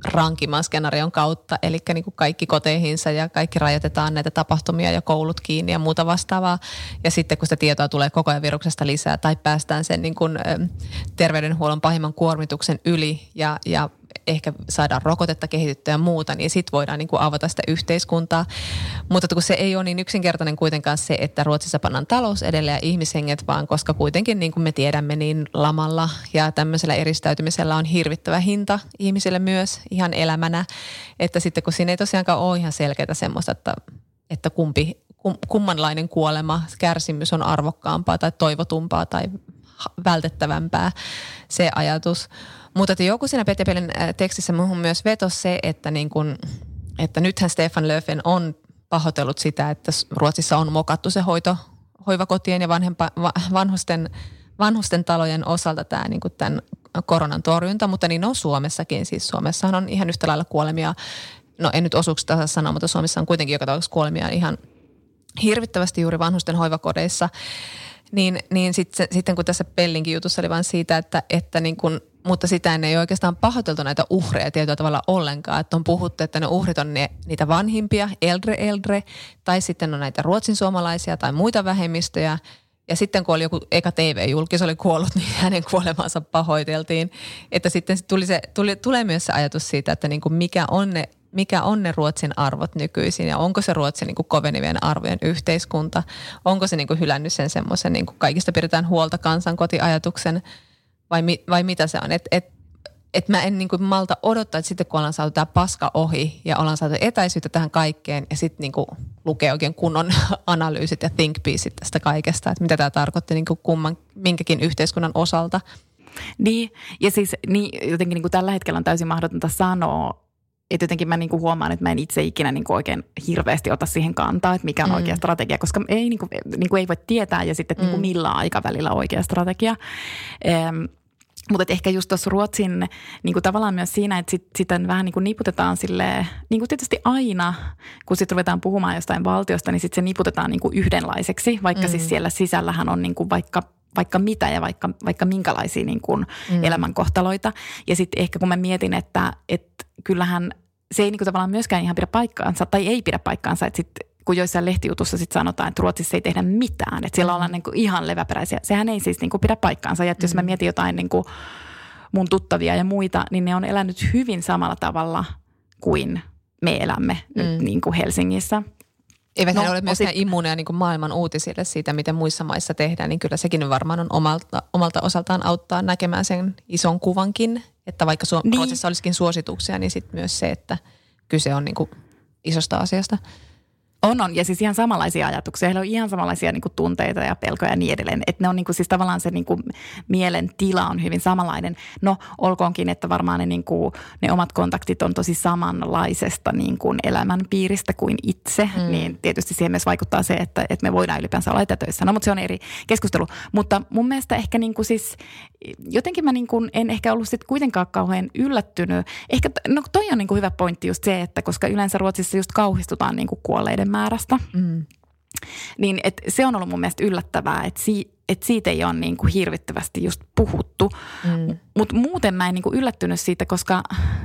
rankimman skenaarion kautta, eli niin kuin kaikki koteihinsa ja kaikki rajoitetaan näitä tapahtumia ja koulut kiinni ja muuta vastaavaa. Ja sitten kun sitä tietoa tulee koko ajan viruksesta lisää tai päästään sen niin kuin, terveydenhuollon pahimman kuormituksen yli ja, ja ehkä saadaan rokotetta kehitettyä ja muuta, niin sitten voidaan niin kuin avata sitä yhteiskuntaa. Mutta kun se ei ole niin yksinkertainen kuitenkaan se, että Ruotsissa pannaan talous edelle ja ihmishenget, vaan koska kuitenkin niin kuin me tiedämme, niin lamalla ja tämmöisellä eristäytymisellä on hirvittävä hinta ihmisille myös ihan elämänä. Että sitten kun siinä ei tosiaankaan ole ihan selkeää semmoista, että, että kumpi, kum, kummanlainen kuolema, kärsimys on arvokkaampaa tai toivotumpaa tai vältettävämpää se ajatus. Mutta että joku siinä Petja Pelin tekstissä muuhun myös vetosi se, että, niin kun, että nythän Stefan Löfven on pahoitellut sitä, että Ruotsissa on mokattu se hoito, hoivakotien ja vanhempa, vanhusten, vanhusten talojen osalta tämä niin kuin tämän koronan torjunta, mutta niin on Suomessakin. Siis Suomessahan on ihan yhtä lailla kuolemia, no en nyt osuuksi taas sanoa, mutta Suomessa on kuitenkin joka tapauksessa kuolemia ihan hirvittävästi juuri vanhusten hoivakodeissa. Niin, niin sitten, sitten kun tässä Pellinkin jutussa oli vaan siitä, että, että niin kun, mutta sitä ei oikeastaan pahoiteltu näitä uhreja tietyllä tavalla ollenkaan. Että on puhuttu, että ne uhrit on ne, niitä vanhimpia, eldre eldre, tai sitten on näitä ruotsin suomalaisia tai muita vähemmistöjä. Ja sitten kun oli joku eka T V-julkis oli kuollut, niin hänen kuolemaansa pahoiteltiin. Että sitten tuli se, tuli, tulee myös se ajatus siitä, että niin kuin mikä on ne, mikä on ne Ruotsin arvot nykyisin ja onko se Ruotsin niin kuin kovenevien arvojen yhteiskunta. Onko se niin kuin hylännyt sen semmoisen, niin kuin kaikista pidetään huolta kansankotiajatuksen vai, mi, vai mitä se on. Että et, et mä en niin kuin malta odottaa, että sitten kun ollaan saatu tämä paska ohi ja ollaan saatu etäisyyttä tähän kaikkeen ja sitten niin kuin lukee oikein kunnon analyysit ja think pieceit tästä kaikesta, että mitä tämä tarkoitti niin kuin kumman, minkäkin yhteiskunnan osalta. Niin, ja siis niin, jotenkin niin kuin tällä hetkellä on täysin mahdotonta sanoa, että jotenkin mä niinku huomaan, että mä en itse ikinä niinku oikein hirveästi ota siihen kantaa, että mikä on mm. oikea strategia, koska ei, niinku, niinku ei voi tietää ja sitten, että mm. niinku millä aikavälillä oikea strategia. Ähm, mutta ehkä just tuossa Ruotsin niinku tavallaan myös siinä, että sit, sitä vähän niinku niputetaan silleen, niinku tietysti aina, kun sitten ruvetaan puhumaan jostain valtiosta, niin sitten se niputetaan niinku yhdenlaiseksi, vaikka mm. siis siellä sisällähän on niinku vaikka vaikka mitä ja vaikka, vaikka minkälaisia niin kuin mm. elämänkohtaloita. Ja sitten ehkä kun mä mietin, että, että kyllähän se ei niin kuin tavallaan myöskään ihan pidä paikkaansa, tai ei pidä paikkaansa, että sitten kun joissain lehtijutussa sitten sanotaan, että Ruotsissa ei tehdä mitään, että siellä mm. ollaan niin kuin ihan leväperäisiä. Sehän ei siis niin kuin pidä paikkaansa. Ja että mm. jos mä mietin jotain niin kuin mun tuttavia ja muita, niin ne on elänyt hyvin samalla tavalla kuin me elämme mm. nyt niin kuin Helsingissä. Eivät no, he ole myöskään osit... immuuneja niin kuin maailman uutisille siitä, miten muissa maissa tehdään, niin kyllä sekin varmaan on omalta, omalta osaltaan auttaa näkemään sen ison kuvankin, että vaikka Su- niin. Ruotsissa olisikin suosituksia, niin sitten myös se, että kyse on niin kuin isosta asiasta. On, on. Ja siis ihan samanlaisia ajatuksia. Heillä on ihan samanlaisia niin kuin tunteita ja pelkoja ja niin edelleen. Että ne on niin kuin, siis tavallaan se niin kuin, mielen tila on hyvin samanlainen. No, olkoonkin, että varmaan ne, niin kuin, ne omat kontaktit on tosi samanlaisesta niin kuin elämänpiiristä kuin itse. Mm. Niin tietysti siihen myös vaikuttaa se, että, että me voidaan ylipäänsä olla etätöissä. No, mutta se on eri keskustelu. Mutta mun mielestä ehkä niin kuin siis, jotenkin mä niin kuin en ehkä ollut sitten kuitenkaan kauhean yllättynyt. Ehkä, no toi on niin kuin hyvä pointti just se, että koska yleensä Ruotsissa just kauhistutaan niin kuin kuolleiden määrästä. Mm. Niin et se on ollut mun mielestä yllättävää, että si, et siitä ei ole niin kuin hirvittävästi just puhuttu. Mm. Mutta muuten mä en niin kuin yllättynyt siitä, koska,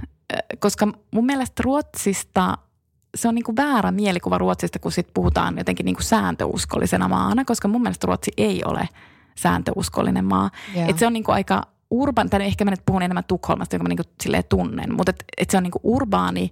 koska mun mielestä Ruotsista, se on niin kuin väärä mielikuva Ruotsista, kun sit puhutaan jotenkin niin kuin sääntöuskollisena maana, koska mun mielestä Ruotsi ei ole sääntöuskollinen maa. Yeah. Että se on niin kuin aika urbaani, tai ehkä mä nyt puhun enemmän Tukholmasta, jonka mä niin kuin silleen tunnen, mutta et, et se on niin kuin urbaani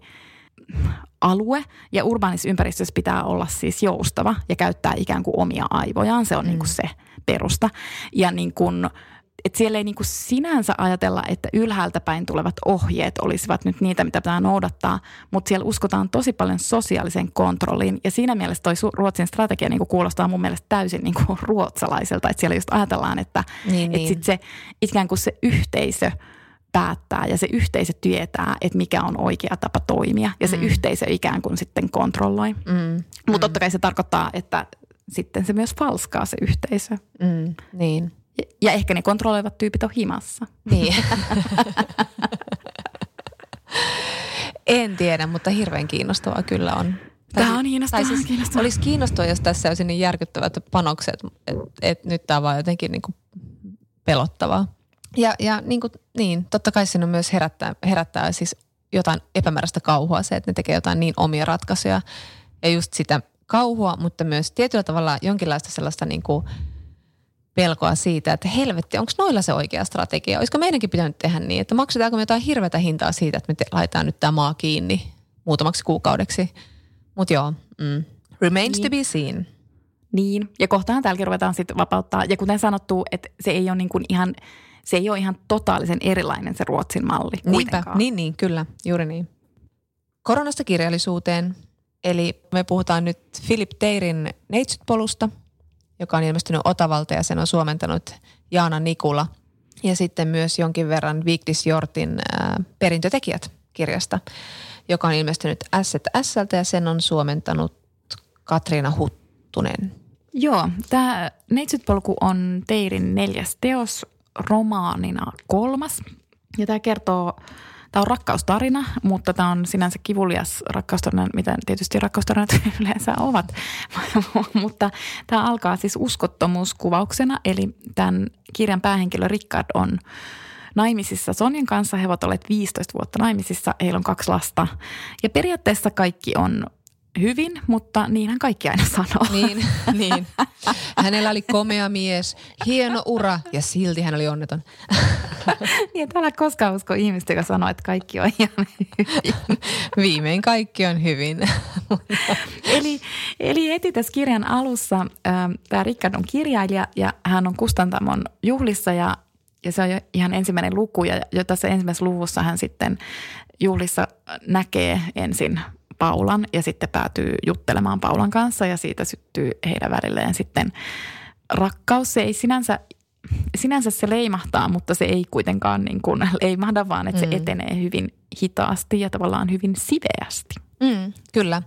alue ja urbaanissa ympäristössä pitää olla siis joustava ja käyttää ikään kuin omia aivojaan. Se on mm. niin kuin se perusta. Ja niin kuin, että siellä ei niin kuin sinänsä ajatella, että ylhäältä päin tulevat ohjeet olisivat nyt niitä, mitä pitää noudattaa, mutta siellä uskotaan tosi paljon sosiaalisen kontrolliin. Ja siinä mielessä toi Ruotsin strategia niin kuin kuulostaa mun mielestä täysin niin kuin ruotsalaiselta. Että siellä just ajatellaan, että, niin, että niin. sit se ikään kuin se yhteisö päättää ja se yhteisö tietää, että mikä on oikea tapa toimia ja se mm. yhteisö ikään kuin sitten kontrolloi. Mm. Mutta totta kai se tarkoittaa, että sitten se myös falskaa se yhteisö. Mm. Niin. Ja, ja ehkä ne kontrolloivat tyypit on himassa. Niin. En tiedä, mutta hirveän kiinnostavaa kyllä on. Tämä on kiinnostavaa. Tai siis kiinnostavaa. Olisi kiinnostavaa, jos tässä olisi niin järkyttävät panokset, että et nyt tämä on vaan jotenkin niin kuin pelottavaa. Ja, ja niin, kuin, niin, totta kai siinä myös herättää, herättää siis jotain epämääräistä kauhua se, että ne tekee jotain niin omia ratkaisuja. Ja just sitä kauhua, mutta myös tietyllä tavalla jonkinlaista sellaista niin kuin pelkoa siitä, että helvetti, onko noilla se oikea strategia? Olisiko meidänkin pitänyt tehdä niin, että maksetaanko me jotain hirveätä hintaa siitä, että me te- laitetaan nyt tämä maa kiinni muutamaksi kuukaudeksi. Mutta joo, mm. remains niin. to be seen. Niin, ja kohtaan täälläkin ruvetaan sitten vapauttaa. Ja kuten sanottu, että se ei ole niin kuin ihan, se ei ole ihan totaalisen erilainen se Ruotsin malli kuitenkaan. Niinpä, niin, niin, kyllä, juuri niin. Koronasta kirjallisuuteen, eli me puhutaan nyt Philip Teirin Neitsyt-polusta, joka on ilmestynyt Otavalta ja sen on suomentanut Jaana Nikula. Ja sitten myös jonkin verran Vigdis Hjortin ää, Perintötekijät kirjasta, joka on ilmestynyt S S:ltä ja sen on suomentanut Katriina Huttunen. Joo, tämä Neitsyt-polku on Teirin neljäs teos, romaanina kolmas. Ja tämä kertoo, tämä on rakkaustarina, mutta tämä on sinänsä kivulias rakkaustarina, mitä tietysti rakkaustarinat yleensä ovat. Mutta tämä alkaa siis uskottomuuskuvauksena, eli tämän kirjan päähenkilö Rickard on naimisissa Sonjan kanssa. He ovat olleet viisitoista vuotta naimisissa, heillä on kaksi lasta. Ja periaatteessa kaikki on hyvin, mutta niinhän kaikki aina sanoo. Niin, niin. Hänellä oli komea mies, hieno ura ja silti hän oli onneton. Niin, että älä koskaan usko ihmistä, joka sanoo, että kaikki on ihan hyvin. Viimein kaikki on hyvin. eli, eli heti tässä kirjan alussa äh, tämä Rickard on kirjailija ja hän on Kustantamon juhlissa ja, ja se on jo ihan ensimmäinen luku. Ja jo tässä ensimmäisessä luvussa hän sitten juhlissa näkee ensin Paulan ja sitten päätyy juttelemaan Paulan kanssa ja siitä syttyy heidän välilleen sitten rakkaus. Se ei sinänsä, sinänsä se leimahtaa, mutta se ei kuitenkaan niin kuin leimahda, vaan että mm. se etenee hyvin hitaasti ja tavallaan hyvin siveästi. Mm, kyllä.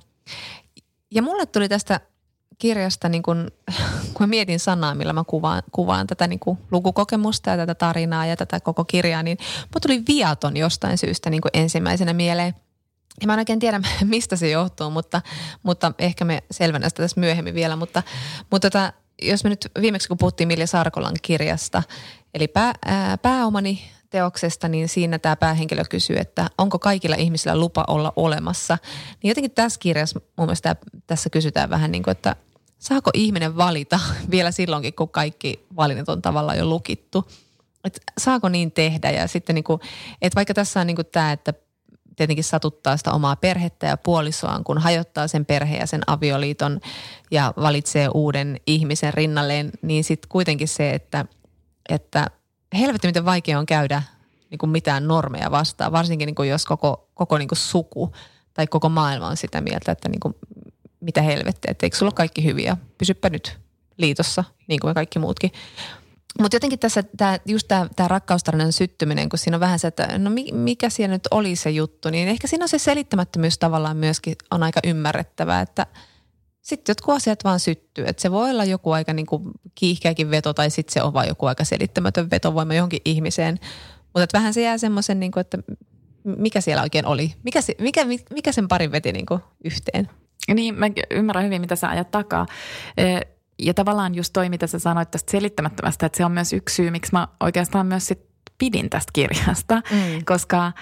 Ja mulle tuli tästä kirjasta, niin kun, kun mä mietin sanaa, millä mä kuvaan, kuvaan tätä niin kuin lukukokemusta ja tätä tarinaa ja tätä koko kirjaa, niin mulle tuli viaton jostain syystä niin kuin ensimmäisenä mieleen. Ja mä en oikein tiedä, mistä se johtuu, mutta, mutta ehkä me selvennä sitä tässä myöhemmin vielä. Mutta, mutta tota, jos me nyt viimeksi kun puhuttiin Milja Sarkolan kirjasta, eli pää, ää, pääomani teoksesta, niin siinä tämä päähenkilö kysyy, että onko kaikilla ihmisillä lupa olla olemassa. Niin jotenkin tässä kirjassa mun mielestä tässä kysytään vähän niin kuin, että saako ihminen valita vielä silloinkin, kun kaikki valinnat on tavallaan jo lukittu. Että saako niin tehdä ja sitten niin kuin, että vaikka tässä on niin kuin tämä, että tietenkin satuttaa sitä omaa perhettä ja puolisoaan, kun hajottaa sen perheen ja sen avioliiton ja valitsee uuden ihmisen rinnalleen, niin sitten kuitenkin se, että, että helvetti miten vaikea on käydä niin kuin mitään normeja vastaan, varsinkin niin kuin jos koko, koko niin kuin suku tai koko maailma on sitä mieltä, että niin kuin, mitä helvettiä, että eikö sulla ole kaikki hyviä, pysyppä nyt liitossa, niin kuin me kaikki muutkin. Mutta jotenkin tässä tää, just tämä rakkaustarinan syttyminen, kun siinä on vähän se, että no mikä siellä nyt oli se juttu, niin ehkä siinä on se selittämättömyys tavallaan myöskin on aika ymmärrettävää, että sitten jotkut asiat vaan syttyy. Että se voi olla joku aika niin kuin kiihkeäkin veto tai sitten se on vaan joku aika selittämätön vetovoima johonkin ihmiseen. Mutta vähän se jää semmoisen, niin kuin, että mikä siellä oikein oli, mikä, se, mikä, mikä sen parin veti niin kuin yhteen. Niin, mä ymmärrän hyvin, mitä sä ajat takaa. Ja tavallaan just toi, mitä sä sanoit tästä selittämättömästä, että se on myös yksi syy, miksi mä oikeastaan myös sit pidin tästä kirjasta, mm. koska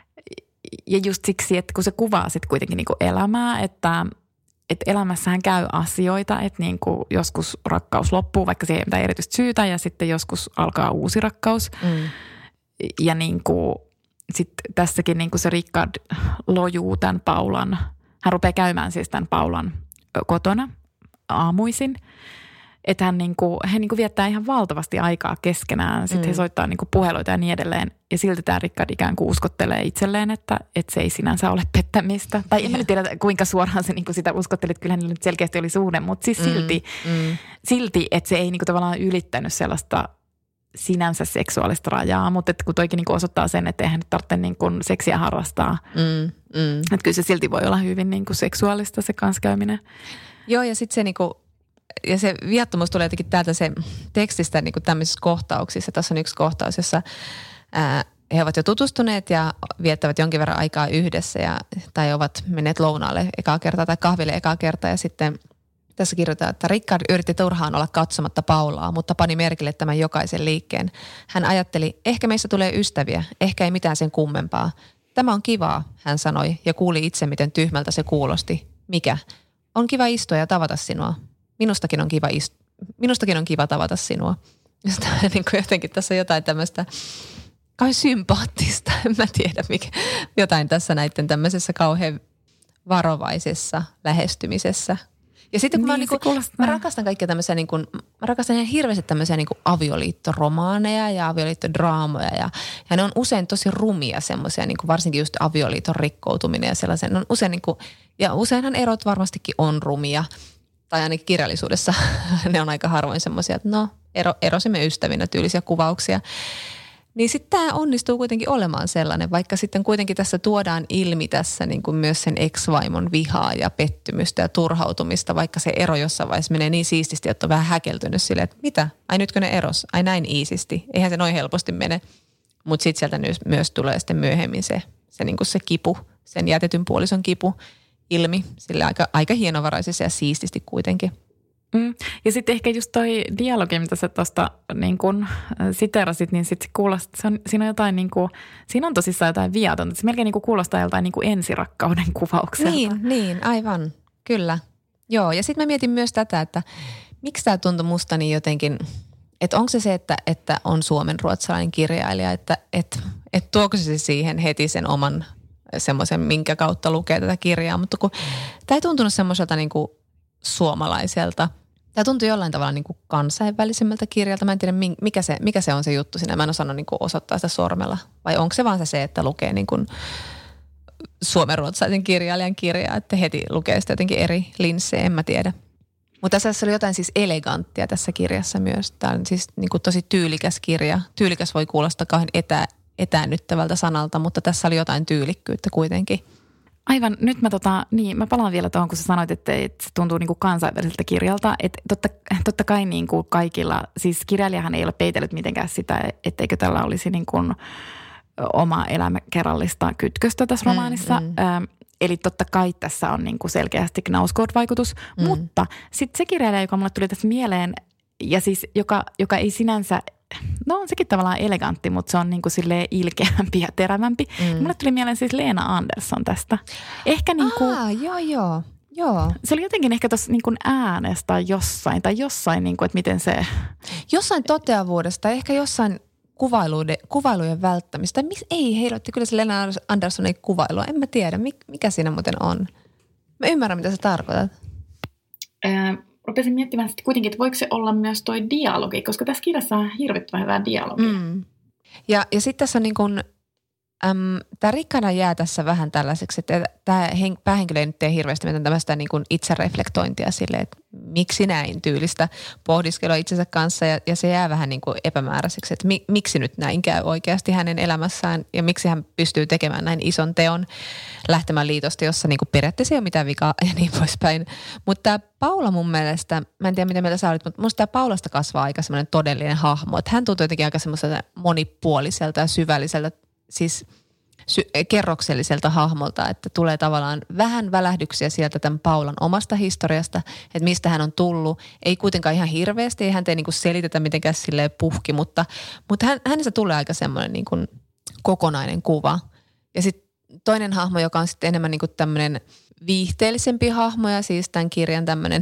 ja just siksi, että kun se kuvaa sitten kuitenkin niinku elämää, että, että elämässähän käy asioita, että niinku joskus rakkaus loppuu, vaikka siihen ei mitään erityistä syytä ja sitten joskus alkaa uusi rakkaus mm. ja niinku sitten tässäkin niinku se Rickard lojuu tämän Paulan, hän rupeaa käymään siis tämän Paulan kotona aamuisin, että hän niinku, he niinku viettää ihan valtavasti aikaa keskenään. Sitten mm. he soittaa niinku puheluita ja niin edelleen. Ja silti tämä Rickard ikään kuin uskottelee itselleen, että, että se ei sinänsä ole pettämistä. Tai en mä nyt tiedä, kuinka suoraan se niinku sitä uskotteli, että kyllähän niillä nyt selkeästi oli suhde. Mutta siis silti, mm. Mm. silti, että se ei niinku tavallaan ylittänyt sellaista sinänsä seksuaalista rajaa. Mutta kun toikin niinku osoittaa sen, että eihän nyt tarvitse niinku seksiä harrastaa. Mm. Mm. Että kyllä se silti voi olla hyvin niinku seksuaalista se kanssakäyminen. Joo, ja sitten se niinku, ja se viattomuus tulee jotenkin täältä se tekstistä niinku tämmöisissä kohtauksissa. Tässä on yksi kohtaus, jossa ää, he ovat jo tutustuneet ja viettävät jonkin verran aikaa yhdessä ja, tai ovat menneet lounaalle ekaa kertaa tai kahville ekaa kertaa. Ja sitten tässä kirjoitetaan, että Rickard yritti turhaan olla katsomatta Paulaa, mutta pani merkille tämän jokaisen liikkeen. Hän ajatteli, ehkä meistä tulee ystäviä, ehkä ei mitään sen kummempaa. Tämä on kivaa, hän sanoi ja kuuli itse, miten tyhmältä se kuulosti. Mikä? On kiva istua ja tavata sinua. Minustakin on kiva, ist- Minustakin on kiva tavata sinua. Sitä, niin kuin jotenkin tässä on jotain tämmöistä kai sympaattista, en mä tiedä mikä. Jotain tässä näiden tämmöisessä kauhean varovaisessa lähestymisessä. Ja sitten kun niin, mä, niin kuin, mä rakastan kaikkia tämmöisiä, niin kuin, mä rakastan ihan hirveästi tämmöisiä niin kuin avioliittoromaaneja ja avioliittodraamoja ja, ja ne on usein tosi rumia semmoisia, niin kuin varsinkin just avioliiton rikkoutuminen ja sellaisen. Ne on usein niin kuin, ja useinhan erot varmastikin on rumia tai ainakin kirjallisuudessa ne on aika harvoin semmoisia, että no ero, erosimme ystävinä tyylisiä kuvauksia. Niin sitten tämä onnistuu kuitenkin olemaan sellainen, vaikka sitten kuitenkin tässä tuodaan ilmi tässä niin kuin myös sen ex-vaimon vihaa ja pettymystä ja turhautumista, vaikka se ero jossain vaiheessa menee niin siististi, että on vähän häkeltynyt silleen, että mitä? Ai nytkö ne eros? Ai näin iisisti? Eihän se noin helposti mene. Mutta sitten sieltä myös tulee sitten myöhemmin se, se, niin kuin se kipu, sen jätetyn puolison kipu ilmi. Sille aika, aika hienovaraisesti ja siististi kuitenkin. Mm. Ja sitten ehkä just toi dialogi, mitä sä tuosta niin kun siterasit, niin sitten kuulostaa, se on, siinä on jotain niin kuin, siinä on tosissaan jotain viatonta. Se melkein niin kuin kuulostaa joltain niin kuin ensirakkauden kuvaukselta. Niin, niin, aivan, kyllä. Joo, ja sitten mä mietin myös tätä, että miksi tämä tuntui musta niin jotenkin, että onko se se, että, että on suomen-ruotsalainen kirjailija, että et, et tuoko se siihen heti sen oman semmoisen, minkä kautta lukee tätä kirjaa, mutta kun tämä ei tuntunut semmoiselta niin kuin suomalaiselta. Tämä tuntui jollain tavalla niin kuin kansainvälisemmältä kirjalta. Mä en tiedä, mikä se, mikä se on se juttu siinä. Mä en osannut niin kuin osoittaa sitä sormella. Vai onko se vaan se, se että lukee niin kuin suomenruotsalaisen kirjailijan kirjaa, että heti lukee sitä jotenkin eri linssejä, en mä tiedä. Mutta tässä oli jotain siis eleganttia tässä kirjassa myös. Tämä on siis niin kuin tosi tyylikäs kirja. Tyylikäs voi kuulostaa kauhean etä, etäännyttävältä sanalta, mutta tässä oli jotain tyylikkyyttä kuitenkin. Aivan, nyt mä, tota, niin, mä palaan vielä tuohon, kun sä sanoit, että, että se tuntuu niin kuin kansainväliseltä kirjalta. Että totta, totta kai niin kuin kaikilla, siis kirjailijahan ei ole peitellyt mitenkään sitä, etteikö tällä olisi niin kuin oma elämäkerrallista kytköstä tässä romaanissa. Mm, mm. Eli totta kai tässä on niin kuin selkeästi Knausgård-vaikutus, mm. mutta sitten se kirjailija, joka mulle tuli tässä mieleen, ja siis joka, joka ei sinänsä, no on sekin tavallaan elegantti, mutta se on niin kuin silleen ilkeämpi ja terävämpi. Mm. Mulle tuli mieleen siis Lena Andersson tästä. Ehkä niin kuin, Aa, joo, joo, joo. Se oli jotenkin ehkä tuossa niin kuin äänestä tai jossain, tai jossain, niin kuin, että miten se... Jossain toteavuudesta, ehkä jossain kuvailuiden, kuvailujen välttämistä. Mis, ei heilotti, kyllä se Lena Andersson ei kuvailua. En mä tiedä, mikä siinä muuten on. Mä ymmärrän, mitä sä tarkoitat. Ää... Rupesin miettimään sitten kuitenkin, että voiko se olla myös toi dialogi, koska tässä kirjassa on hirvittävän hyvää dialogia. Mm. Ja, ja sitten tässä on niin kuin, äm, tämä Rikkana jää tässä vähän tällaiseksi, että tämä hen, päähenkilö ei nyt tee hirveästi mitään tämmöistä niin kuin itsereflektointia sille, että miksi näin tyylistä pohdiskelua itsensä kanssa ja, ja se jää vähän niin kuin epämääräiseksi, että mi, miksi nyt näin käy oikeasti hänen elämässään ja miksi hän pystyy tekemään näin ison teon lähtemään liitosta, jossa niin kuin periaatteessa ei ole mitään vikaa ja niin poispäin. Mutta tämä Paula mun mielestä, mä en tiedä mitä mieltä sä olit, mutta musta tämä Paulasta kasvaa aika semmoinen todellinen hahmo, että hän tuntuu jotenkin aika semmoiselta monipuoliselta ja syvälliseltä, siis sy- kerrokselliselta hahmolta, että tulee tavallaan vähän välähdyksiä sieltä tämän Paulan omasta historiasta, että mistä hän on tullut. Ei kuitenkaan ihan hirveästi, ei hän tee niin kuin selitetä mitenkään silleen puhki, mutta, mutta hän, hänestä tulee aika semmoinen niin kuin kokonainen kuva. Ja sitten toinen hahmo, joka on sitten enemmän niin kuin tämmöinen viihteellisempi hahmo ja siis tämän kirjan tämmöinen,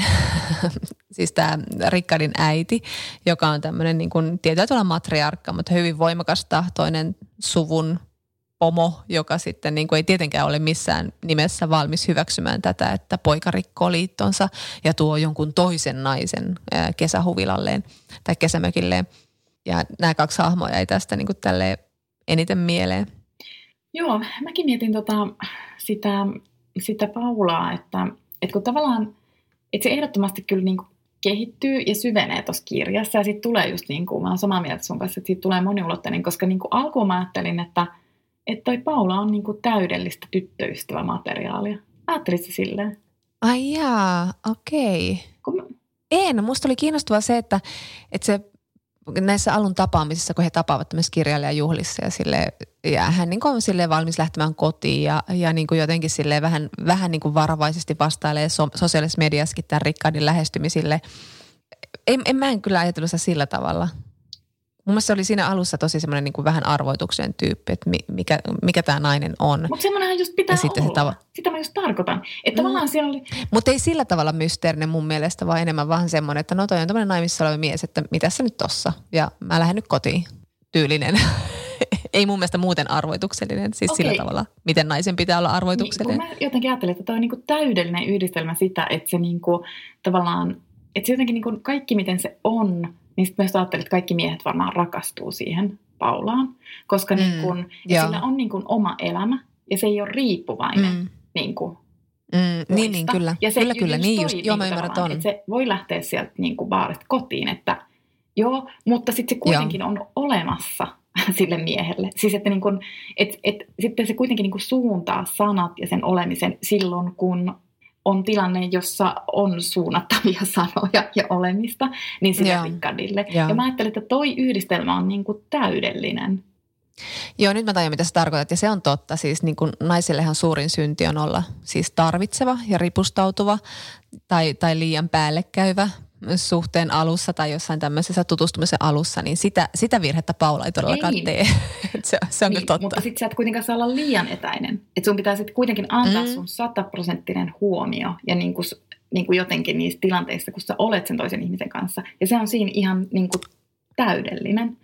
siis tämä Rickardin äiti, joka on tämmöinen niin kuin tietyllä tavalla matriarkka, mutta hyvin voimakas tahtoinen suvun pomo, joka sitten niin kuin ei tietenkään ole missään nimessä valmis hyväksymään tätä, että poika rikkoo liittonsa ja tuo jonkun toisen naisen kesähuvilalleen tai kesämökilleen. Ja nämä kaksi hahmoa jäi tästä niin kuin tälleen eniten mieleen. Joo, mäkin mietin tota, sitä, sitä Paulaa, että, että kun tavallaan, että se ehdottomasti kyllä niin kuin kehittyy ja syvenee tuossa kirjassa ja sitten tulee just niin kuin, mä oon samaa mieltä sun kanssa, että siitä tulee moniulotteinen, koska niin kuin alkuun mä ajattelin, että että toi Paula on niin kuin täydellistä tyttöystävämateriaalia. Ajattelitko silleen? Ai jaa, okei. Okay. Mä... En, musta oli kiinnostavaa se, että, että se näissä alun tapaamisissa, kun he tapaavat tämmöisessä kirjailijajuhlissa ja, sille, ja hän niin kuin on silleen valmis lähtemään kotiin ja, ja niin kuin jotenkin silleen vähän, vähän niin kuin varovaisesti vastailee so, sosiaalisessa mediassakin tämän Rickardin lähestymisille. En, en mä en kyllä ajatellut sitä sillä tavalla. Mun mielestä se oli siinä alussa tosi semmoinen niin kuin vähän arvoituksen tyyppi, että mikä, mikä tämä nainen on. Mutta semmoinenhan just pitää olla. Tava... Sitä mä just tarkoitan. Että mm. tavallaan siellä oli... Mutta ei sillä tavalla mysteerinen mun mielestä, vaan enemmän vaan semmoinen, että no toi on tämmöinen naimissa oleva mies, että mitä sä nyt tossa? Ja mä lähden nyt kotiin. Tyylinen. Ei mun mielestä muuten arvoituksellinen, siis okay. Sillä tavalla, miten naisen pitää olla arvoituksellinen. Niin, mä jotenkin ajattelin, että toi on niinku täydellinen yhdistelmä sitä, että se niinku tavallaan, että se jotenkin niinku kaikki miten se on, niin sitten myös ajattelin, että kaikki miehet varmaan rakastuu siihen Paulaan, koska mm, niin kun, sillä on niin kun oma elämä ja se ei ole riippuvainen mm. niin kuin mm, niin, niin, kyllä. Ja se kyllä, kyllä, niin just. Niin joo, mä ymmärrän ton. Että se voi lähteä sieltä niin kuin baarista kotiin, että joo, mutta sitten se kuitenkin joo. on olemassa sille miehelle. Siis että niin kun, et, et, sitten se kuitenkin niin kuin suuntaa sanat ja sen olemisen silloin, kun on tilanne, jossa on suunnattavia sanoja ja olemista, niin sille Rickardille. Ja mä ajattelin, että toi yhdistelmä on niin kuin täydellinen. Joo, nyt mä tajun, mitä sä tarkoitat. Ja se on totta. Siis niin kuin naisellehan suurin synti on olla siis tarvitseva ja ripustautuva tai, tai liian päällekäyvä suhteen alussa tai jossain tämmöisessä tutustumisen alussa, niin sitä, sitä virhettä Paula ei todellakaan ei. tee. se, se on niin, kyllä totta. Mutta sitten sä et kuitenkaan saa olla liian etäinen. Että sun pitää sitten kuitenkin antaa mm. sun sataprosenttinen huomio ja niin kuin, niin kuin jotenkin niissä tilanteissa, kun sä olet sen toisen ihmisen kanssa. Ja se on siinä ihan niin kuin täydellinen.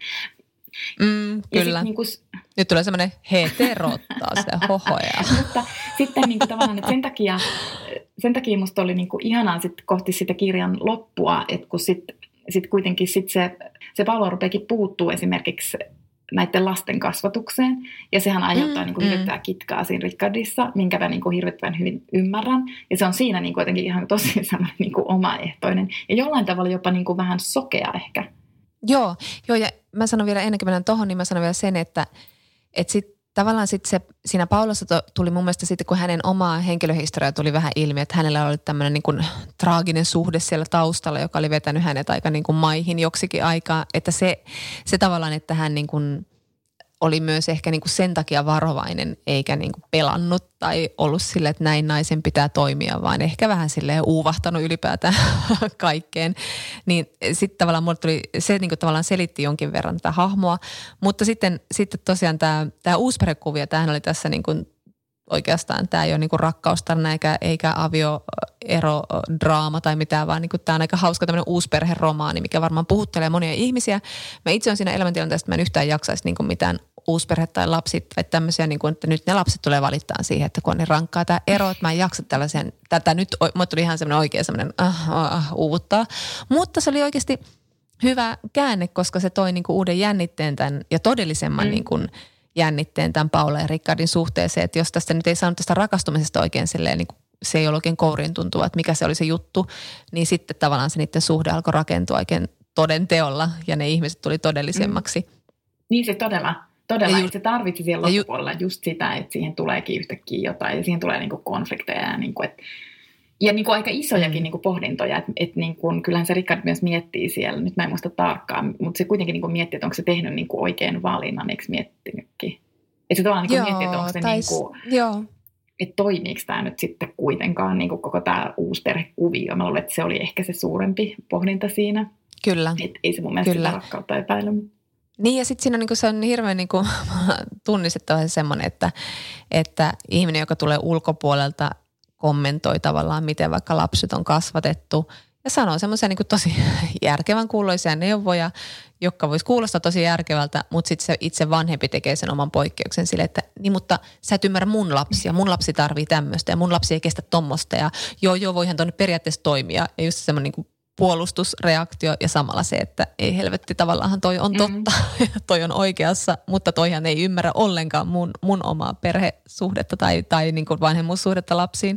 Mm, kyllä. Niin kuin... Nyt tulee semmoinen heterottaa se hohoja. Mutta sitten niin kuin tavallaan, että sen takia, sen takia musta oli niin kuin ihanaa sit kohti sitä kirjan loppua, että kun sitten sit kuitenkin sit se, se Paula rupeakin puuttuu esimerkiksi näiden lasten kasvatukseen. Ja sehän aiheuttaa mm, niin kuin mm. hirvettävää kitkaa siinä Rickardissa, minkä mä niin kuin hirvettävän hyvin ymmärrän. Ja se on siinä niin kuin jotenkin ihan tosi semmoinen niin kuin omaehtoinen. Ja jollain tavalla jopa niin kuin vähän sokea ehkä. Joo, joo, ja mä sanon vielä ennen kuin mennään tohon, niin mä sanon vielä sen, että, että sit, tavallaan sit se, siinä Paulassa to, tuli mun mielestä sitten, kun hänen omaa henkilöhistoria tuli vähän ilmi, että hänellä oli tämmöinen niin kuin traaginen suhde siellä taustalla, joka oli vetänyt hänet aika niin kuin maihin joksikin aikaa, että se, se tavallaan, että hän niin kuin oli myös ehkä niin kuin sen takia varovainen, eikä niin kuin pelannut tai ollut silleen, että näin naisen pitää toimia, vaan ehkä vähän silleen uuvahtanut ylipäätään kaikkeen. Niin sitten tavallaan mulle tuli, se niin kuin tavallaan selitti jonkin verran tätä hahmoa, mutta sitten, sitten tosiaan tämä, tämä uusperhekuvia, tämähän oli tässä niin kuin oikeastaan, tämä ei ole niin kuin rakkaustarina eikä, eikä avioerodraama tai mitään, vaan niin kuin tämä on aika hauska tämmöinen uusperheromaani, mikä varmaan puhuttelee monia ihmisiä. Mä itse olen siinä elämäntilanteessa, että mä en yhtään jaksaisi niin kuin mitään uusperhe tai lapsit tai tämmöisiä, niin kuin, että nyt ne lapset tulee valittaa siihen, että kun on niin rankkaa tämä ero, että mä en jaksa tällaisen, tätä nyt, mulle tuli ihan semmoinen oikea semmoinen ah, ah, uuvuttaa. Mutta se oli oikeasti hyvä käänne, koska se toi niin kuin uuden jännitteen tämän ja todellisemman mm. niin kuin jännitteen tämän Paula ja Rickardin suhteeseen, että jos tästä nyt ei saanut tästä rakastumisesta oikein silleen, niin kuin se ei ole oikein kouriin tuntuva, että mikä se oli se juttu, niin sitten tavallaan se niiden suhde alkoi rakentua oikein toden teolla ja ne ihmiset tuli todellisemmaksi. Mm. Niin se todella, todella, ju- se tarvitsi siellä loppupuolella ju- just sitä, että siihen tuleekin yhtäkkiä jotain ja siihen tulee niin kuin konflikteja ja niin kuin, että ja niin kuin aika isojakin mm. niin kuin pohdintoja, että, että niin kuin, kyllähän se Rickard myös miettii siellä, nyt mä en muista tarkkaan, mutta se kuitenkin niin kuin miettii, että onko se tehnyt niin kuin oikein valinnan, eikö miettinytkin? Että se tavallaan niin kuin miettii, että onko se tais, niin kuin, joo. että toimiiko tämä nyt sitten kuitenkaan niin kuin koko tämä uusperhekuvio. Mä luulen, että se oli ehkä se suurempi pohdinta siinä. Kyllä. Että ei se mun mielestä sitä rakkautta epäile. Niin ja sitten siinä on, niin kuin, se on hirveän niin kuin, tunnistettava semmoinen, että, että ihminen, joka tulee ulkopuolelta, kommentoi tavallaan, miten vaikka lapset on kasvatettu ja sanoo semmoisia niin kuin tosi järkevän kuuloisia neuvoja, jotka voisi kuulostaa tosi järkevältä, mutta sitten se itse vanhempi tekee sen oman poikkeuksen sille, että niin, mutta sä et ymmärrä mun lapsia, mun lapsi tarvii tämmöistä ja mun lapsi ei kestä tommosta ja joo, joo, voihan tuonne periaatteessa toimia ja just semmoinen niin kuin puolustusreaktio ja samalla se, että ei helvetti, tavallaan toi on totta mm. ja toi on oikeassa, mutta toihan ei ymmärrä ollenkaan mun, mun omaa perhesuhdetta tai, tai niin kuin vanhemmuussuhdetta lapsiin.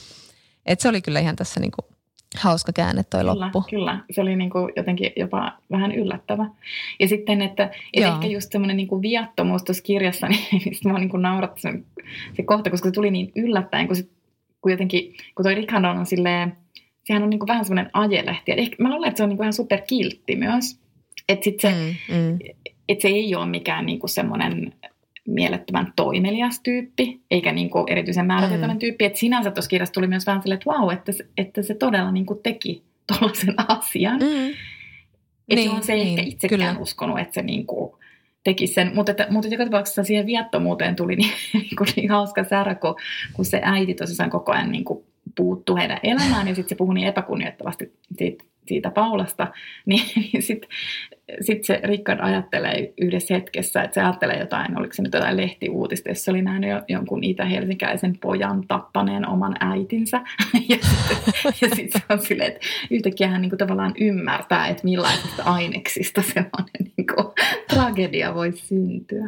Et se oli kyllä ihan tässä niin kuin hauska käänne toi kyllä, loppu. Kyllä, se oli niin kuin jotenkin jopa vähän yllättävä. Ja sitten, että et ehkä just semmoinen niin kuin viattomuus tuossa kirjassa, niin mistä mä oon niin kuin naurattu se, se kohta, koska se tuli niin yllättäen, kun, se, kun jotenkin, kun toi Rickard on silleen, sehän on niin kuin vähän semmoinen ajelehti. Ehkä, mä luulen, että se on niin kuin ihan superkiltti myös. Että sit se, mm, mm. et se ei ole mikään niin kuin semmoinen mielettömän toimelias tyyppi, eikä niin kuin erityisen määrätietoinen mm. tyyppi. Että sinänsä tuossa kirjassa tuli myös vähän silleen, että vau, että, että se todella niin kuin teki tuollaisen asian. Mm. Että niin, se ei niin, ehkä itsekään kyllä. uskonut, että se niin kuin tekisi sen. Mutta, että, mutta joka tapauksessa siihen viattomuuteen tuli niin, niin, kuin niin hauska särä, kun, kun se äiti tosiaan koko ajan niin kuin puuttui heidän elämään ja sitten se puhui niin epäkunnioittavasti siitä, siitä Paulasta, niin, niin sitten sit se Rickard ajattelee yhdessä hetkessä, että se ajattelee jotain, oliko se nyt jotain lehtiuutista, jos se oli nähnyt jo, jonkun itä-helsinkäisen pojan tappaneen oman äitinsä. Ja sitten sit se on silleen, että yhtäkkiä hän niinku tavallaan ymmärtää, että millaisista aineksista sellainen niinku tragedia voi syntyä.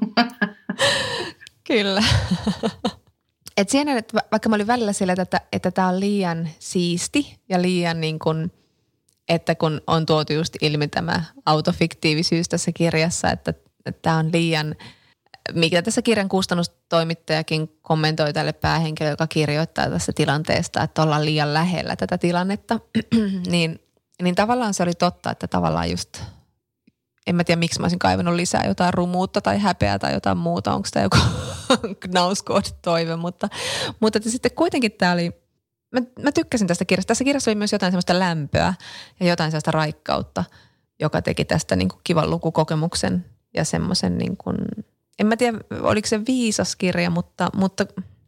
Kyllä. Et siinä, että vaikka mä olin välillä sillä, että, että tämä on liian siisti ja liian niin kuin, että kun on tuotu just ilmi tämä autofiktiivisyys tässä kirjassa, että tämä on liian, mikä tässä kirjan kustannustoimittajakin kommentoi tälle päähenkilölle, joka kirjoittaa tässä tilanteesta, että ollaan liian lähellä tätä tilannetta, niin, niin tavallaan se oli totta, että tavallaan just, en mä tiedä miksi mä olisin kaivannut lisää jotain rumuutta tai häpeää tai jotain muuta, onko tämä joku Knausgård-toive, mutta, mutta että sitten kuitenkin tämä oli, mä, mä tykkäsin tästä kirjasta. Tässä kirjassa oli myös jotain semmoista lämpöä ja jotain sellaista raikkautta, joka teki tästä niin kuin kivan lukukokemuksen ja semmoisen niin kuin, en mä tiedä oliko se viisas kirja, mutta Mutta,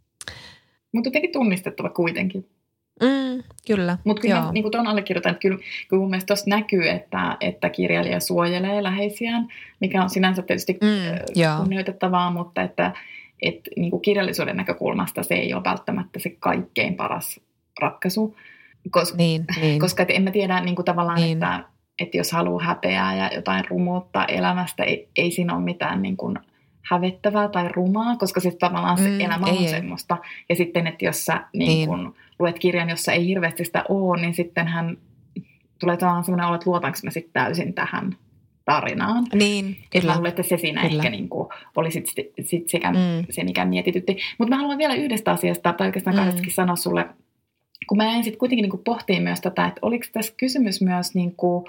mutta jotenkin tunnistettava kuitenkin. Mm, kyllä, Mutta kyllä mä, niin kuin tuon allekirjoitan, että kyllä, kyllä mun mielestä tuossa näkyy, että, että kirjailija suojelee läheisiään, mikä on sinänsä tietysti mm, kunnioitettavaa, mutta että et, niin kuin kirjallisuuden näkökulmasta se ei ole välttämättä se kaikkein paras ratkaisu, koska, niin, niin. koska et en mä tiedä niin kuin tavallaan, niin. että, että jos haluaa häpeää ja jotain rumuutta elämästä, ei, ei siinä ole mitään niin kuin hävettävää tai rumaa, koska se tavallaan se mm, elämä on ei, semmoista. Ja sitten, että jos sä niin niin. kun luet kirjan, jossa ei hirveästi sitä ole, niin sitten hän tulee tavallaan semmoinen olo, että luotanko mä sitten täysin tähän tarinaan. Niin, että mä luulen, että se siinä kyllä. ehkä niin kuin oli sitten sit sekä mm. se, mikä mietitytti. Mutta mä haluan vielä yhdestä asiasta, tai oikeastaan mm. kahdestakin sanoa sulle, kun mä jäin sitten kuitenkin niin kuin pohtiin myös tätä, että oliko tässä kysymys myös, niin kuin,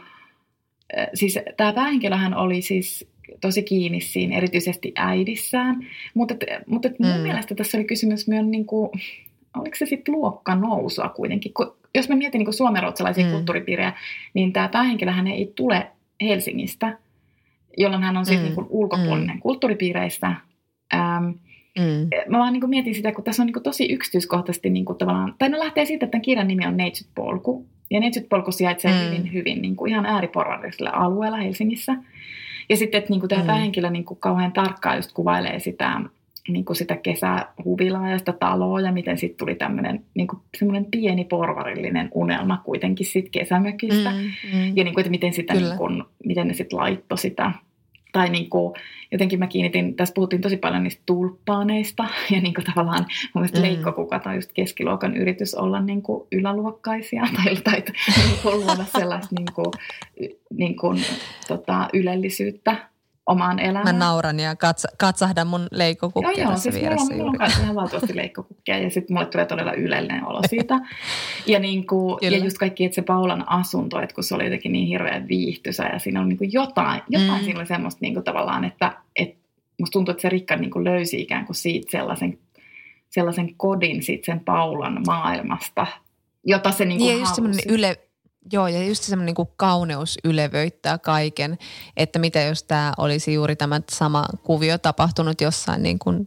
siis tämä päähenkilöhän oli siis tosi kiinni siinä, erityisesti äidissään, mutta, mutta mun mm. mielestä tässä oli kysymys myös, niin kuin, oliko se sitten luokkanousua kuitenkin, kun, jos mä mietin niin suomenruotsalaisia mm. kulttuuripiirejä, niin tämä päähenkilöhän ei tule Helsingistä, jolloin hän on siis mm. niin kuin ulkopuolinen mm. kulttuuripiireistä. Ähm, mm. Mä vaan niin kuin mietin sitä, kun tässä on niin kuin tosi yksityiskohtaisesti niin kuin tavallaan, tai no lähtee siitä, että tämän kirjan nimi on Neitsytpolku, ja Neitsytpolku sijaitsee mm. hyvin, hyvin niin kuin ihan ääriporvarisella alueella Helsingissä. Ja sitten, että niin kuin tämä mm. päähenkilö niin kuin kauhean tarkkaan just kuvailee sitä, niin kuin sitä kesähuvilaa ja sitä taloa, ja miten sitten tuli tämmöinen niin kuin semmoinen pieni porvarillinen unelma kuitenkin siitä kesämökistä. Mm, mm. Ja niin kuin, että miten, sitä, niin kuin, miten ne sitten laittoi sitä. Tai niin kuin, jotenkin mä kiinnitin, tässä puhuttiin tosi paljon niistä tulppaaneista, ja niin kuin tavallaan mun mielestä mm. leikkokukat on just keskiluokan yritys olla niin kuin yläluokkaisia, tai, tai luoda sellaista niin kuin, niin kuin, tota, ylellisyyttä omaan elämään. Mä nauran ja katsa, katsahdan mun leikkokukkia tässä siis vieressä. Joo, joo, siis mulla on ihan valtavasti leikkokukkia, ja sitten mulle tulee todella ylellinen olo siitä. Ja, niin kuin, ja just kaikki, että se Paulan asunto, että kun se oli jotenkin niin hirveän viihtyisä, ja siinä on niin kuin jotain, jotain mm. siinä oli semmoista niin kuin tavallaan, että, että musta tuntuu, että se Rickard niin kuin löysi ikään kuin siitä sellaisen, sellaisen kodin siitä sen Paulan maailmasta, jota se niin kuin ja just semmoinen yle... Joo, ja just semmoinen niin kuin kauneus ylevöittää kaiken, että mitä jos tämä olisi juuri tämä sama kuvio tapahtunut jossain niin kuin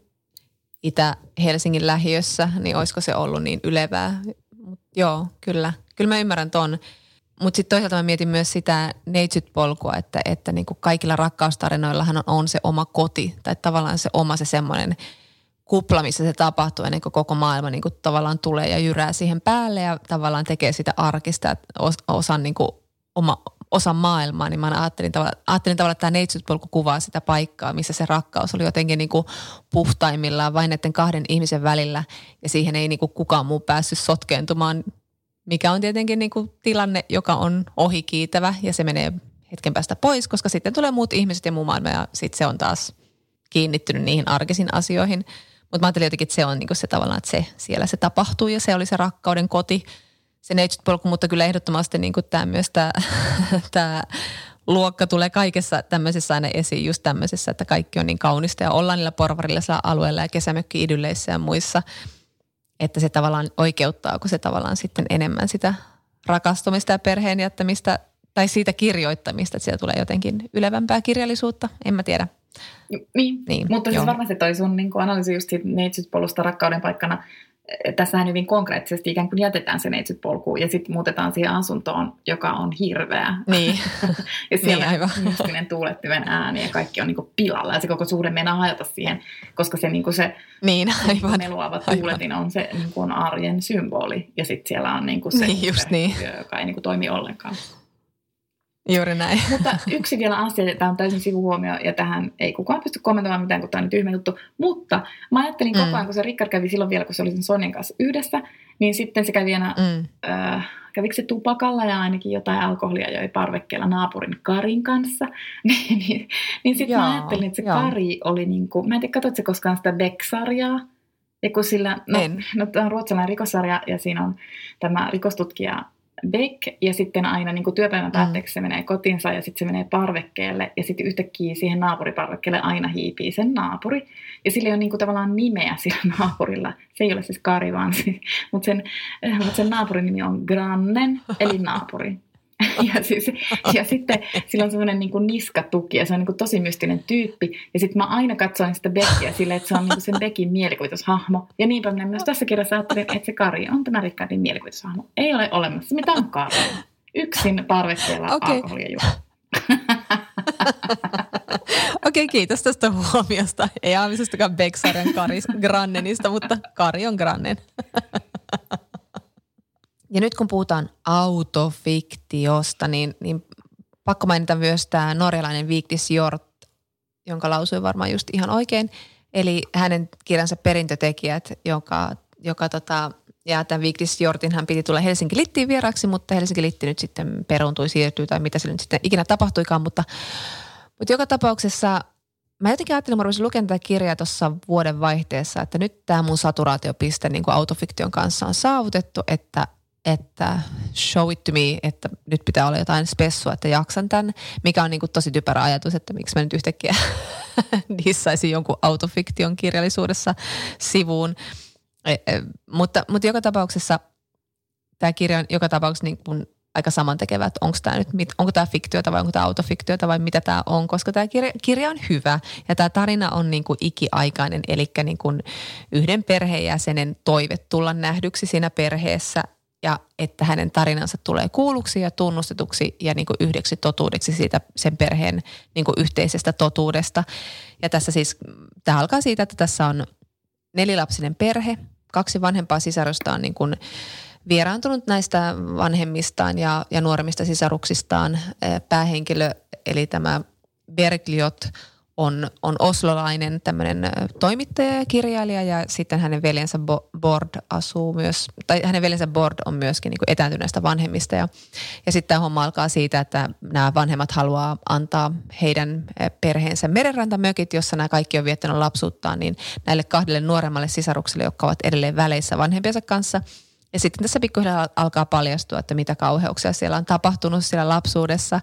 Itä-Helsingin lähiössä, niin olisiko se ollut niin ylevää? Mut joo, kyllä. Kyllä mä ymmärrän ton. Mutta sitten toisaalta mä mietin myös sitä neitsytpolkua, että, että niin kuin kaikilla rakkaustarinoillahan on, on se oma koti, tai tavallaan se oma se semmoinen kupla, missä se tapahtuu ennen kuin koko maailma niin kuin tavallaan tulee ja jyrää siihen päälle ja tavallaan tekee sitä arkista, että osan, niin kuin oma, osan maailmaa, niin mä ajattelin, ajattelin tavallaan, että tämä neitsytpolku kuvaa sitä paikkaa, missä se rakkaus oli jotenkin niin kuin puhtaimmillaan vain näiden kahden ihmisen välillä ja siihen ei niin kuin kukaan muu päässyt sotkeentumaan, mikä on tietenkin niin kuin tilanne, joka on ohikiitävä ja se menee hetken päästä pois, koska sitten tulee muut ihmiset ja muu maailma ja sitten se on taas kiinnittynyt niihin arkisiin asioihin. Mutta mä ajattelin jotenkin, että se on niinku se tavallaan, että se, siellä se tapahtuu ja se oli se rakkauden koti, se neitsytpolku, mutta kyllä ehdottomasti niinku tämä myös tämä luokka tulee kaikessa tämmöisessä aina esiin, just tämmöisessä, että kaikki on niin kaunista ja ollaan niillä porvarillisilla alueilla ja kesämökki-idylleissä ja muissa, että se tavallaan oikeuttaa, kun se tavallaan sitten enemmän sitä rakastumista ja perheen jättämistä Tai siitä kirjoittamista, että siellä tulee jotenkin ylevämpää kirjallisuutta, en mä tiedä. Niin, niin mutta siis varmasti toi sun niin analyysi just siitä neitsytpolusta rakkauden paikkana. Tässähän hyvin konkreettisesti ikään kuin jätetään se neitsytpolku ja sitten muutetaan siihen asuntoon, joka on hirveä. Niin. Ja siellä niin, on mystinen tuulettimen ääni ja kaikki on niin kuin pilalla ja se koko suhde meinaa hajota siihen, koska se, niin kuin se niin, aivan, meluava tuuletin on se niin kuin arjen symboli ja sitten siellä on niin kuin se, niin, just niin. joka ei niin kuin toimi ollenkaan. Juuri näin. Mutta yksi vielä asia, tämä on täysin sivuhuomio ja tähän ei kukaan pysty kommentoimaan mitään, kun tämä on niin tyhmä juttu. Mutta mä ajattelin koko ajan, mm. kun se Rickard kävi silloin vielä, kun se oli sen Sonjan kanssa yhdessä, niin sitten se kävi aina, mm. äh, kävikö se tupakalla ja ainakin jotain alkoholia joi parvekkeella naapurin Karin kanssa. niin niin, niin sitten mä ajattelin, että se joo. Kari oli niin kuin, mä en tiedä, katsotko se koskaan sitä Beck-sarjaa? Ja kun sillä, no, no tämä on ruotsalainen rikossarja ja siinä on tämä rikostutkija Beck, ja sitten aina niin kuin työpäivän päätteeksi mm. se menee kotiinsa ja sitten se menee parvekkeelle ja sitten yhtäkkiä siihen naapuriparvekkeelle aina hiipii sen naapuri. Ja sillä ei ole niin kuin tavallaan nimeä sillä naapurilla. Se ei ole siis Kari, vaan siis, mutta sen, sen naapurin nimi on Grannen, eli naapuri. Ja, siis, ja sitten sillä on semmoinen niin kuin niskatuki ja se on niin kuin tosi mystinen tyyppi. Ja sitten mä aina katsoin sitä Beckia silleen, että se on niin kuin sen Beckin mielikuvitushahmo. Ja niinpä minä myös tässä kirjassa ajattelin, että se Kari on tämä Rickardin mielikuvitushahmo. Ei ole olemassa mitään Kari. Yksin parvekkeella okay. alkoholia juo. Okei, okay, kiitos tästä huomiosta. Ei aamisestakaan Beck-sarjan Kari Grannenista, mutta Kari on Grannen. Ja nyt kun puhutaan autofiktiosta, niin, niin pakko mainita myös tämä norjalainen Vigdis Hjorth, jonka lausui varmaan just ihan oikein. Eli hänen kirjansa Perintötekijät, joka, joka tota, ja tämän Vigdis Hjorthinhan piti tulla Helsinki Littiin vieraksi, mutta Helsinki Litti nyt sitten peruuntui, siirtyi tai mitä se nyt sitten ikinä tapahtuikaan. Mutta, mutta joka tapauksessa mä jotenkin ajattelin, että mä rupesin lukemaan tätä kirjaa tuossa vuoden vaihteessa, että nyt tämä mun saturaatiopiste niin kuin autofiktion kanssa on saavutettu, että että show it to me, että nyt pitää olla jotain spessua, että jaksan tämän, mikä on niin kuin tosi typerä ajatus, että miksi mä nyt yhtäkkiä dissaisin jonkun autofiktion kirjallisuudessa sivuun. E, e, mutta, mutta joka tapauksessa tämä kirja on joka tapauksessa niin kuin aika samantekevä, että onko tämä nyt, onko tämä fiktiota vai onko tämä autofiktiota vai mitä tämä on, koska tämä kirja, kirja on hyvä ja tämä tarina on niin kuin ikiaikainen, eli niin kuin yhden perheenjäsenen toive tulla nähdyksi siinä perheessä, ja että hänen tarinansa tulee kuulluksi ja tunnustetuksi ja niin kuin yhdeksi totuudeksi siitä sen perheen niin kuin yhteisestä totuudesta. Ja tässä siis, tämä alkaa siitä, että tässä on nelilapsinen perhe, kaksi vanhempaa sisarusta on niin kuin vieraantunut näistä vanhemmistaan ja, ja nuoremmista sisaruksistaan. Päähenkilö, eli tämä Bergljot, on, on oslolainen tämmöinen toimittaja ja kirjailija ja sitten hänen veljensä Bård asuu myös, tai hänen veljensä Bård on myöskin niin kuin etääntyneistä vanhemmista ja, ja sitten tämä homma alkaa siitä, että nämä vanhemmat haluaa antaa heidän perheensä merenrantamökit, jossa nämä kaikki on viettänyt lapsuuttaan, niin näille kahdelle nuoremmalle sisarukselle, jotka ovat edelleen väleissä vanhempiensa kanssa. Ja sitten tässä pikkuhiljaa alkaa paljastua, että mitä kauheuksia siellä on tapahtunut siellä lapsuudessa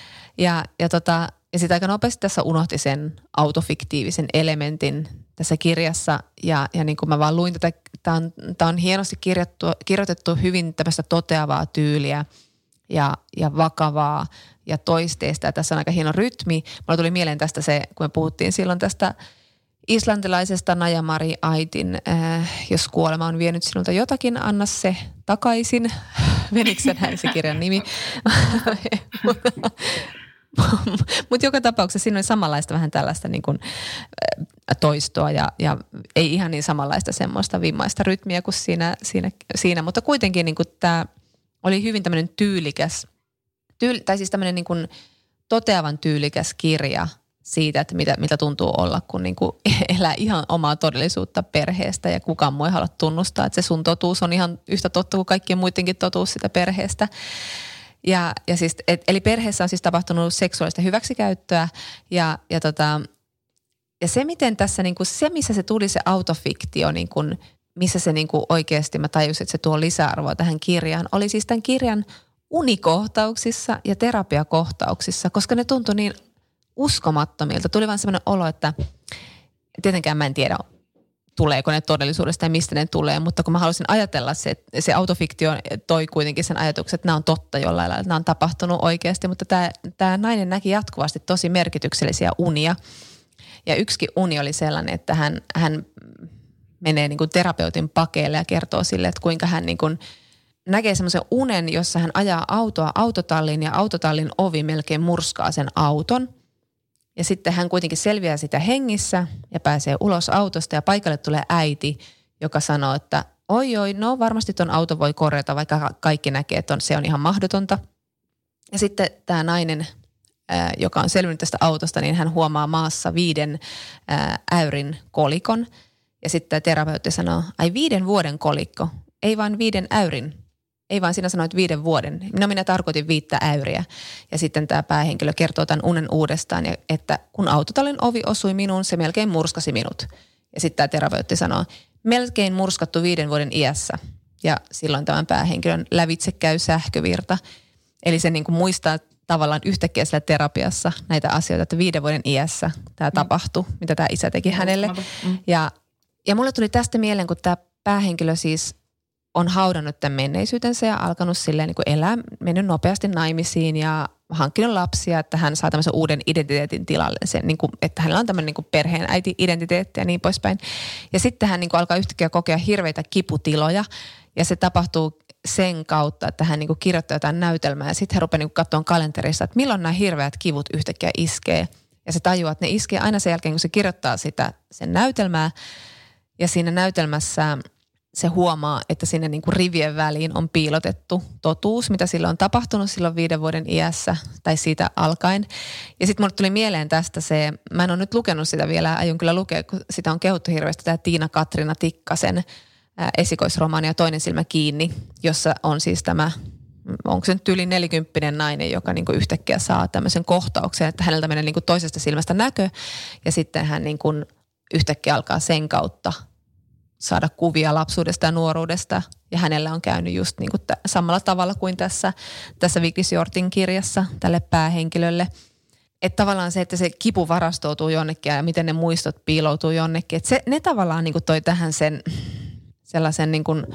ja, ja tota... Ja sitten aika nopeasti tässä unohti sen autofiktiivisen elementin tässä kirjassa. Ja, ja niin kuin mä vaan luin tätä, tämä on, tämä on hienosti kirjoitettu, kirjoitettu hyvin tämmöistä toteavaa tyyliä ja, ja vakavaa ja toisteista. Ja tässä on aika hieno rytmi. Mulla tuli mieleen tästä se, kun me puhuttiin silloin tästä islantilaisesta Najamari Aitin, äh, jos kuolema on vienyt sinulta jotakin, anna se takaisin. Venikö näin se kirjan nimi? Mutta joka tapauksessa siinä oli samanlaista vähän tällaista niin kuin toistoa ja, ja ei ihan niin samanlaista semmoista vimmaista rytmiä kuin siinä, siinä, siinä. Mutta kuitenkin niin kuin tämä oli hyvin tämmöinen tyylikäs, tyyl, tai siis tämmöinen niin kuin toteavan tyylikäs kirja siitä, että mitä, mitä tuntuu olla, kun niin kuin elää ihan omaa todellisuutta perheestä ja kukaan muu ei halua tunnustaa, että se sun totuus on ihan yhtä totta kuin kaikkien muidenkin totuus sitä perheestä. Ja, ja siis, et, eli perheessä on siis tapahtunut seksuaalista hyväksikäyttöä ja, ja, tota, ja se miten tässä, niin kuin, se missä se tuli se autofiktio, niin kuin, missä se niin kuin oikeasti mä tajusin, että se tuo lisäarvoa tähän kirjaan, oli siis tämän kirjan unikohtauksissa ja terapiakohtauksissa, koska ne tuntui niin uskomattomilta. Tuli vaan sellainen olo, että tietenkään mä en tiedä, tuleeko ne todellisuudesta ja mistä ne tulee, mutta kun mä halusin ajatella se, että se autofiktio toi kuitenkin sen ajatuksen, että nämä on totta jollain lailla, että nämä on tapahtunut oikeasti, mutta tämä, tämä nainen näki jatkuvasti tosi merkityksellisiä unia. Ja yksikin uni oli sellainen, että hän, hän menee niin kuin terapeutin pakeille ja kertoo sille, että kuinka hän niin kuin näkee semmoisen unen, jossa hän ajaa autoa autotalliin ja autotallin ovi melkein murskaa sen auton. Ja sitten hän kuitenkin selviää sitä hengissä ja pääsee ulos autosta ja paikalle tulee äiti, joka sanoo, että oi oi, no varmasti ton auto voi korjata, vaikka kaikki näkee, että on, se on ihan mahdotonta. Ja sitten tämä nainen, ää, joka on selvinnyt tästä autosta, niin hän huomaa maassa viiden ää, äyrin kolikon. Ja sitten tämä terapeutti sanoo, ai viiden vuoden kolikko, ei vaan viiden äyrin. Ei vaan sinä sanoit viiden vuoden. No minä tarkoitin viittä äyriä. Ja sitten tämä päähenkilö kertoo tämän unen uudestaan, että kun autotallin ovi osui minuun, se melkein murskasi minut. Ja sitten tämä terapeutti sanoo, melkein murskattu viiden vuoden iässä. Ja silloin tämän päähenkilön lävitse käy sähkövirta. Eli se niin kuin muistaa tavallaan yhtäkkiä siellä terapiassa näitä asioita, että viiden vuoden iässä tämä mm. tapahtui, mitä tämä isä teki mm. hänelle. Mm. Ja, ja mulle tuli tästä mieleen, kun tämä päähenkilö siis on haudannut tämän menneisyytensä ja alkanut silleen niin kuin elää, mennyt nopeasti naimisiin ja hankkinut lapsia, että hän saa tämmöisen uuden identiteetin tilalle. Sen, niin kuin, että hänellä on tämmöinen niin kuin perheen äiti-identiteetti ja niin poispäin. Ja sitten hän niin kuin alkaa yhtäkkiä kokea hirveitä kiputiloja ja se tapahtuu sen kautta, että hän niin kuin kirjoittaa jotain näytelmää ja sitten hän rupeaa niin kuin katsomaan kalenterissa, että milloin nämä hirveät kivut yhtäkkiä iskee. Ja se tajuaa, että ne iskee aina sen jälkeen, kun se kirjoittaa sitä, sen näytelmää ja siinä näytelmässä se huomaa, että sinne niin kuin rivien väliin on piilotettu totuus, mitä sillä on tapahtunut silloin viiden vuoden iässä tai siitä alkaen. Ja sitten mulle tuli mieleen tästä se, mä en ole nyt lukenut sitä vielä, aion kyllä lukea, kun sitä on kehuttu hirveästi, tämä Tiina-Katriina Tikkasen esikoisromaani ja Toinen silmä kiinni, jossa on siis tämä, onko se nyt yli nelikymppinen nainen, joka niin kuin yhtäkkiä saa tämmöisen kohtauksen, että häneltä menee niin kuin toisesta silmästä näkö ja sitten hän niin kuin yhtäkkiä alkaa sen kautta saada kuvia lapsuudesta ja nuoruudesta. Ja hänellä on käynyt just niin kuin t- samalla tavalla kuin tässä, tässä Vigdis Hjortin kirjassa tälle päähenkilölle. Että tavallaan se, että se kipu varastoutuu jonnekin ja miten ne muistot piiloutuu jonnekin. Että se, ne tavallaan niin kuin toi tähän sen sellaisen niin kuin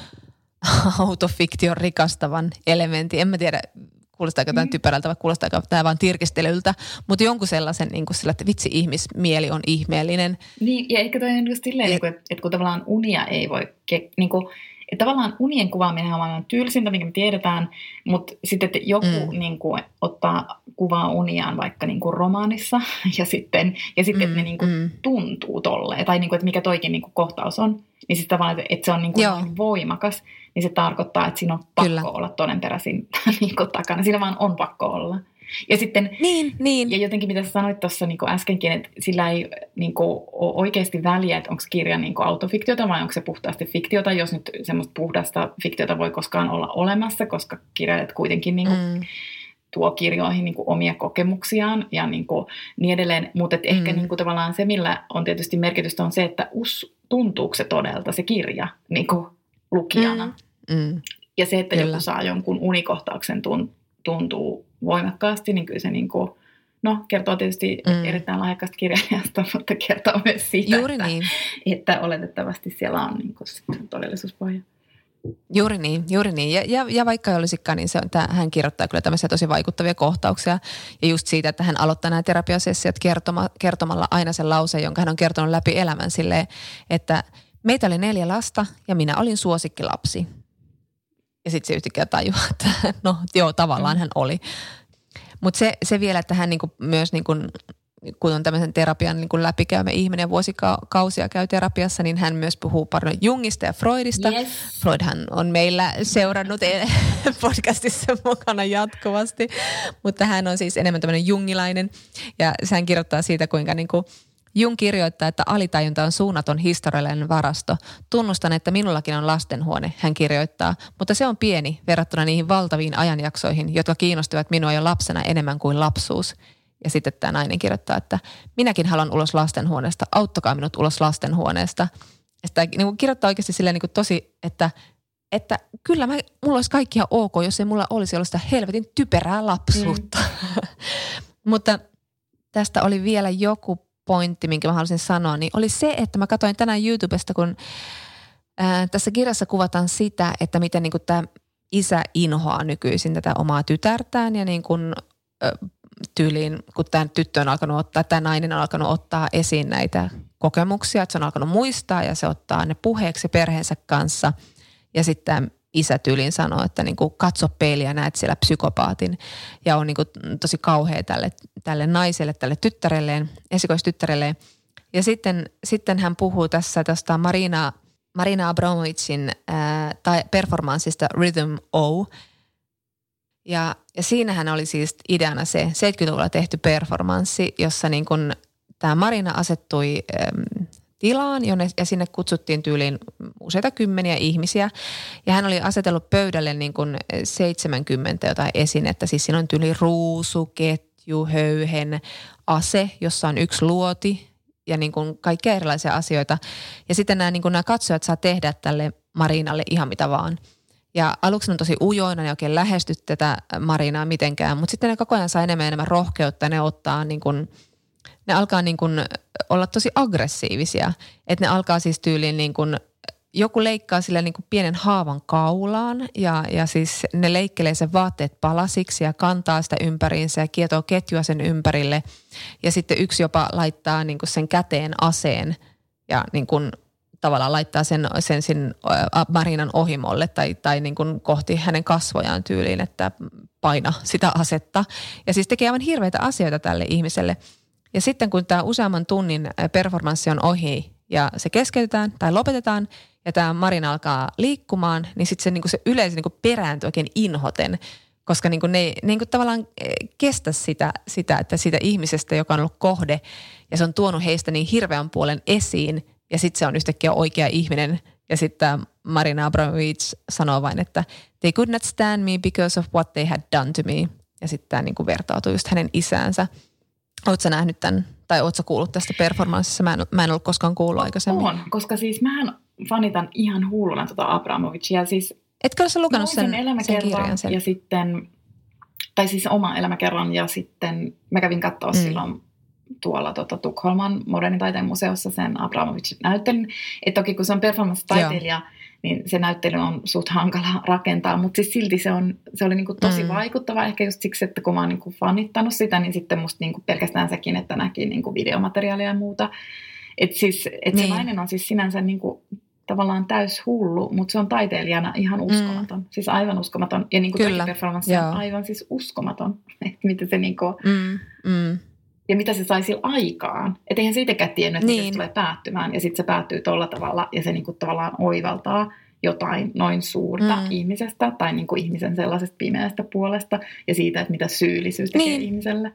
autofiktion rikastavan elementin. En mä tiedä, kuulostaako tämä typerältä vai kuulostaako tämä vaan tirkistelyltä, mutta jonkun sellaisen niin kuin sillä, että vitsi ihmismieli on ihmeellinen. Niin, ja ehkä toi on just silleen, et, että, että kun tavallaan unia ei voi, niin kuin, että tavallaan unien kuvaaminen on aivan tylsintä, mikä me tiedetään, mutta sitten, että joku mm. niin kuin, ottaa kuvaa uniaan vaikka niin kuin romaanissa ja sitten, ja sitten mm, että ne niin kuin, mm. tuntuu tolleen, tai niin kuin, että mikä toikin niin kuin, kohtaus on, niin sitten tavallaan, että se on niin kuin, niin voimakas, niin se tarkoittaa, että siinä on pakko Kyllä. olla todenperäisin niin kuin, takana. Siinä vaan on pakko olla. Ja sitten, niin, niin. ja jotenkin mitä sä sanoit tuossa niin äskenkin, että sillä ei niin kuin, ole oikeasti väliä, että onko kirja niin kuin autofiktiota vai onko se puhtaasti fiktiota, jos nyt semmoista puhdasta fiktiota voi koskaan olla olemassa, koska kirjailijat kuitenkin niin kuin, mm. tuo kirjoihin niin kuin, omia kokemuksiaan ja niin, kuin, niin edelleen. Mutta mm. ehkä niin kuin, tavallaan se, millä on tietysti merkitystä, on se, että us, tuntuuko se todelta se kirja niin kuin, lukijana. Mm. Mm. Ja se, että Kyllä. joku saa jonkun unikohtauksen tuntuu voimakkaasti, niin kyllä se niin kuin, no, kertoo tietysti mm. erittäin lahjakkaasta kirjailijasta, mutta kertoo myös siitä, Juuri että, niin. että oletettavasti siellä on niin kuin todellisuuspohja. Juuri niin, juuri niin. Ja, ja, ja vaikka ei olisikaan, niin se on, että hän kirjoittaa kyllä tämmöisiä tosi vaikuttavia kohtauksia. Ja just siitä, että hän aloittaa nämä terapiasessiot kertoma, kertomalla aina sen lauseen, jonka hän on kertonut läpi elämän silleen, että meitä oli neljä lasta ja minä olin suosikkilapsi. Ja sitten se yhtäkkiä tajuaa, että no joo, tavallaan mm. hän oli. Mutta se, se vielä, että hän niinku myös, niinku, kun on tämmöisen terapian niinku läpikäymä ihminen ja vuosikausia käy terapiassa, niin hän myös puhuu paljon Jungista ja Freudista. Yes. Freudhan on meillä seurannut podcastissa mukana jatkuvasti, mutta hän on siis enemmän tämmöinen jungilainen. Ja hän kirjoittaa siitä, kuinka niinku Jung kirjoittaa, että alitajunta on suunnaton historiallinen varasto. Tunnustan, että minullakin on lastenhuone, hän kirjoittaa, mutta se on pieni verrattuna niihin valtaviin ajanjaksoihin, jotka kiinnostivat minua jo lapsena enemmän kuin lapsuus. Ja sitten tämä nainen kirjoittaa, että minäkin haluan ulos lastenhuoneesta, auttakaa minut ulos lastenhuoneesta. Ja sitä niin kuin kirjoittaa oikeasti silleen niin kuin tosi, että, että kyllä mä, mulla olisi kaikkia ok, jos ei mulla olisi ollut sitä helvetin typerää lapsuutta. Mm. Mutta tästä oli vielä joku pointti, minkä mä halusin sanoa, niin oli se, että mä katsoin tänään YouTubesta, kun ää, tässä kirjassa kuvataan sitä, että miten niin kuin tämä isä inhoaa nykyisin tätä omaa tytärtään ja niin kuin ö, tyyliin, kun tämä tyttö on alkanut ottaa, tämä nainen on alkanut ottaa esiin näitä kokemuksia, että se on alkanut muistaa ja se ottaa ne puheeksi perheensä kanssa ja sitten isä tyyliin sanoo, että niin kuin katso peiliä, näet siellä psykopaatin ja on niin kuin tosi kauhea tälle, tälle naiselle, tälle tyttärelleen, esikoistyttärelleen. Ja sitten, sitten hän puhuu tässä tästä Marina, Marina Abramovicin ää, tai performanssista Rhythm O. Ja, ja siinähän oli siis ideana se seitsemänkymmentäluvulla tehty performanssi, jossa niin kuin tämä Marina asettui äm, tilaan, jonne, ja sinne kutsuttiin tyyliin useita kymmeniä ihmisiä. Ja hän oli asetellut pöydälle niin kuin seitsemänkymmentä jotain esinettä. Siis siinä on tyyli ruusu, ketju, höyhen, ase, jossa on yksi luoti ja niin kuin kaikkea erilaisia asioita. Ja sitten nämä, niin kuin nämä katsojat saa tehdä tälle Marinalle ihan mitä vaan. Ja aluksi on tosi ujoina, ne oikein lähesty tätä Marinaa mitenkään, mutta sitten ne koko ajan saa enemmän ja enemmän rohkeutta. Ne ottaa niin kuin, ne alkaa niin kuin olla tosi aggressiivisia. Että ne alkaa siis tyyliin niin kuin, joku leikkaa sille niin kuin pienen haavan kaulaan ja, ja siis ne leikkelee sen vaatteet palasiksi ja kantaa sitä ympäriinsä ja kietoo ketjua sen ympärille. Ja sitten yksi jopa laittaa niin kuin sen käteen aseen ja niin kuin tavallaan laittaa sen, sen, sen Marinan ohimolle tai, tai niin kuin kohti hänen kasvojaan tyyliin, että paina sitä asetta. Ja siis tekee aivan hirveitä asioita tälle ihmiselle. Ja sitten kun tämä useamman tunnin performanssi on ohi ja se keskeytetään tai lopetetaan ja tämä Marina alkaa liikkumaan, niin sitten se, niin kuin se yleisö niin kuin perääntyy oikein inhoten, koska niin kuin ne ei ne niin kuin tavallaan kestä sitä, sitä, että siitä ihmisestä, joka on ollut kohde ja se on tuonut heistä niin hirveän puolen esiin ja sitten se on yhtäkkiä oikea ihminen. Ja sitten Marina Abramovic sanoo vain, että they could not stand me because of what they had done to me. Ja sitten tämä niin kuin vertautuu just hänen isäänsä. Oletko sä nähnyt tämän, tai oletko sä kuullut tästä performanssissa? Mä en, mä en ollut koskaan kuullut aikaisemmin. On, koska siis mähän fanitan ihan hulluna tuota Abramovicia. Siis etkö ole sä lukenut sen, sen, sen kirjan? Sen? Ja sitten, tai siis oma elämäkerran ja sitten mä kävin katsoa mm. silloin tuolla tota, Tukholman modernin taiteen museossa sen Abramovicin näyttelyn. Että toki kun se on performance-taiteilija, niin se näyttely on suht hankala rakentaa, mutta siis silti se, on, se oli niinku tosi mm. vaikuttava. Ehkä just siksi, että kun mä oon niinku fanittanut sitä, niin sitten musta niinku pelkästään sekin, että näki niinku videomateriaalia ja muuta. Että siis, et niin. Se nainen on siis sinänsä niinku tavallaan täys hullu, mutta se on taiteilijana ihan uskomaton. Mm. Siis aivan uskomaton. Ja niinku toki performanssi on aivan siis uskomaton. Että miten se niinku... Mm. Mm. Ja mitä se sai sillä aikaan. Että eihän se itsekään tiennyt, että niin. Se tulee päättymään. Ja sitten se päättyy tolla tavalla ja se niinku tavallaan oivaltaa jotain noin suurta mm. ihmisestä tai niinku ihmisen sellaisesta pimeästä puolesta ja siitä, että mitä syyllisyys tekee niin. ihmiselle.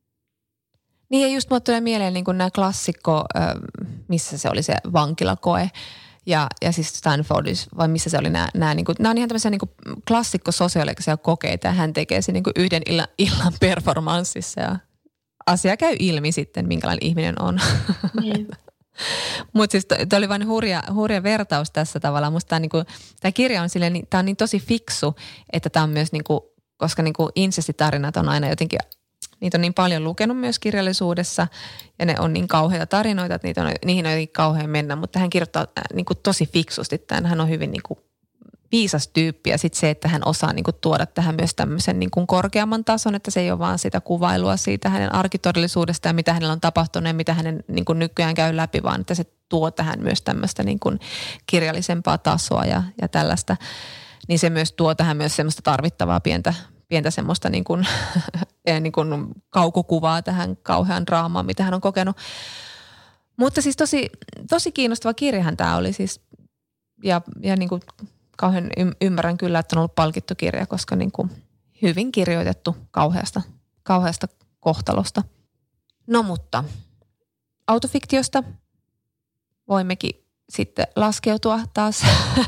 Niin ja just mulle tulee mieleen niin kuin nämä klassikko, missä se oli se vankilakoe ja, ja siis Stanfordissa, vai missä se oli nämä, nämä, niin kuin, nämä on ihan tämmöisiä niin kuin klassikko sosiaalisia kokeita ja hän tekee sen niin kuin yhden illan, illan performanssissa ja asia käy ilmi sitten, minkälainen ihminen on. Niin. Mutta siis tämä oli vain hurja, hurja vertaus tässä tavallaan. Musta tämä niinku, kirja on silleen, tämä on niin tosi fiksu, että tämä on myös, niinku, koska niinku insestitarinat on aina jotenkin, niitä on niin paljon lukenut myös kirjallisuudessa ja ne on niin kauheita tarinoita, että niitä on, niihin on jotenkin kauhean mennä. Mutta hän kirjoittaa niinku tosi fiksusti tämän. Hän on hyvin niinku viisas tyyppi ja sitten se, että hän osaa niinku tuoda tähän myös tämmöisen niinku korkeamman tason, että se ei ole vaan sitä kuvailua siitä hänen arkitodellisuudesta ja mitä hänellä on tapahtunut ja mitä hänen niinku nykyään käy läpi, vaan että se tuo tähän myös tämmöistä niinku kirjallisempaa tasoa ja, ja tällaista. Niin se myös tuo tähän myös semmoista tarvittavaa pientä, pientä semmoista niinku, niinku kaukokuvaa tähän kauhean draamaan, mitä hän on kokenut. Mutta siis tosi, tosi kiinnostava kirjahan tämä oli siis ja, ja niinku kauhean ymmärrän kyllä, että on ollut palkittu kirja, koska niin kuin hyvin kirjoitettu kauheasta, kauheasta kohtalosta. No mutta autofiktiosta voimmekin sitten laskeutua taas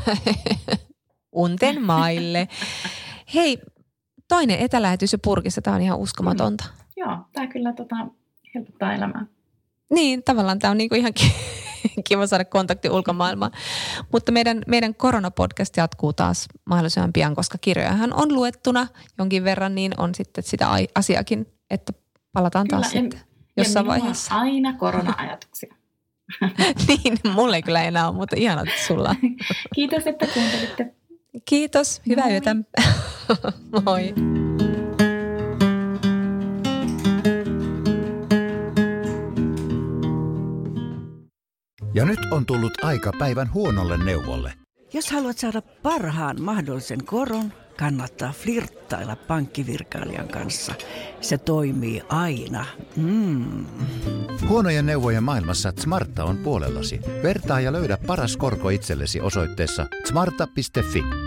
unten maille. Hei, toinen etälähetys jo purkissa, tämä on ihan uskomatonta. Mm. Joo, tämä kyllä tota, helpottaa elämää. Niin, tavallaan tämä on niinku ihan kiva saada kontakti ulkomaailmaan. Mutta meidän, meidän koronapodcast jatkuu taas mahdollisimman pian, koska kirjojahan on luettuna jonkin verran, niin on sitten sitä asiakin, että palataan kyllä, taas ja, sitten. jossain vaiheessa. aina korona-ajatuksia. Niin, mulla ei kyllä enää ole, mutta ihanat sulla. Kiitos, että kuuntelitte. Kiitos, hyvää Moi. yötä. Moi. Ja nyt on tullut aika päivän huonolle neuvolle. Jos haluat saada parhaan mahdollisen koron, kannattaa flirttailla pankkivirkailijan kanssa. Se toimii aina. Mm. Huonojen neuvojen maailmassa Smarta on puolellasi. Vertaa ja löydä paras korko itsellesi osoitteessa smarta piste fi.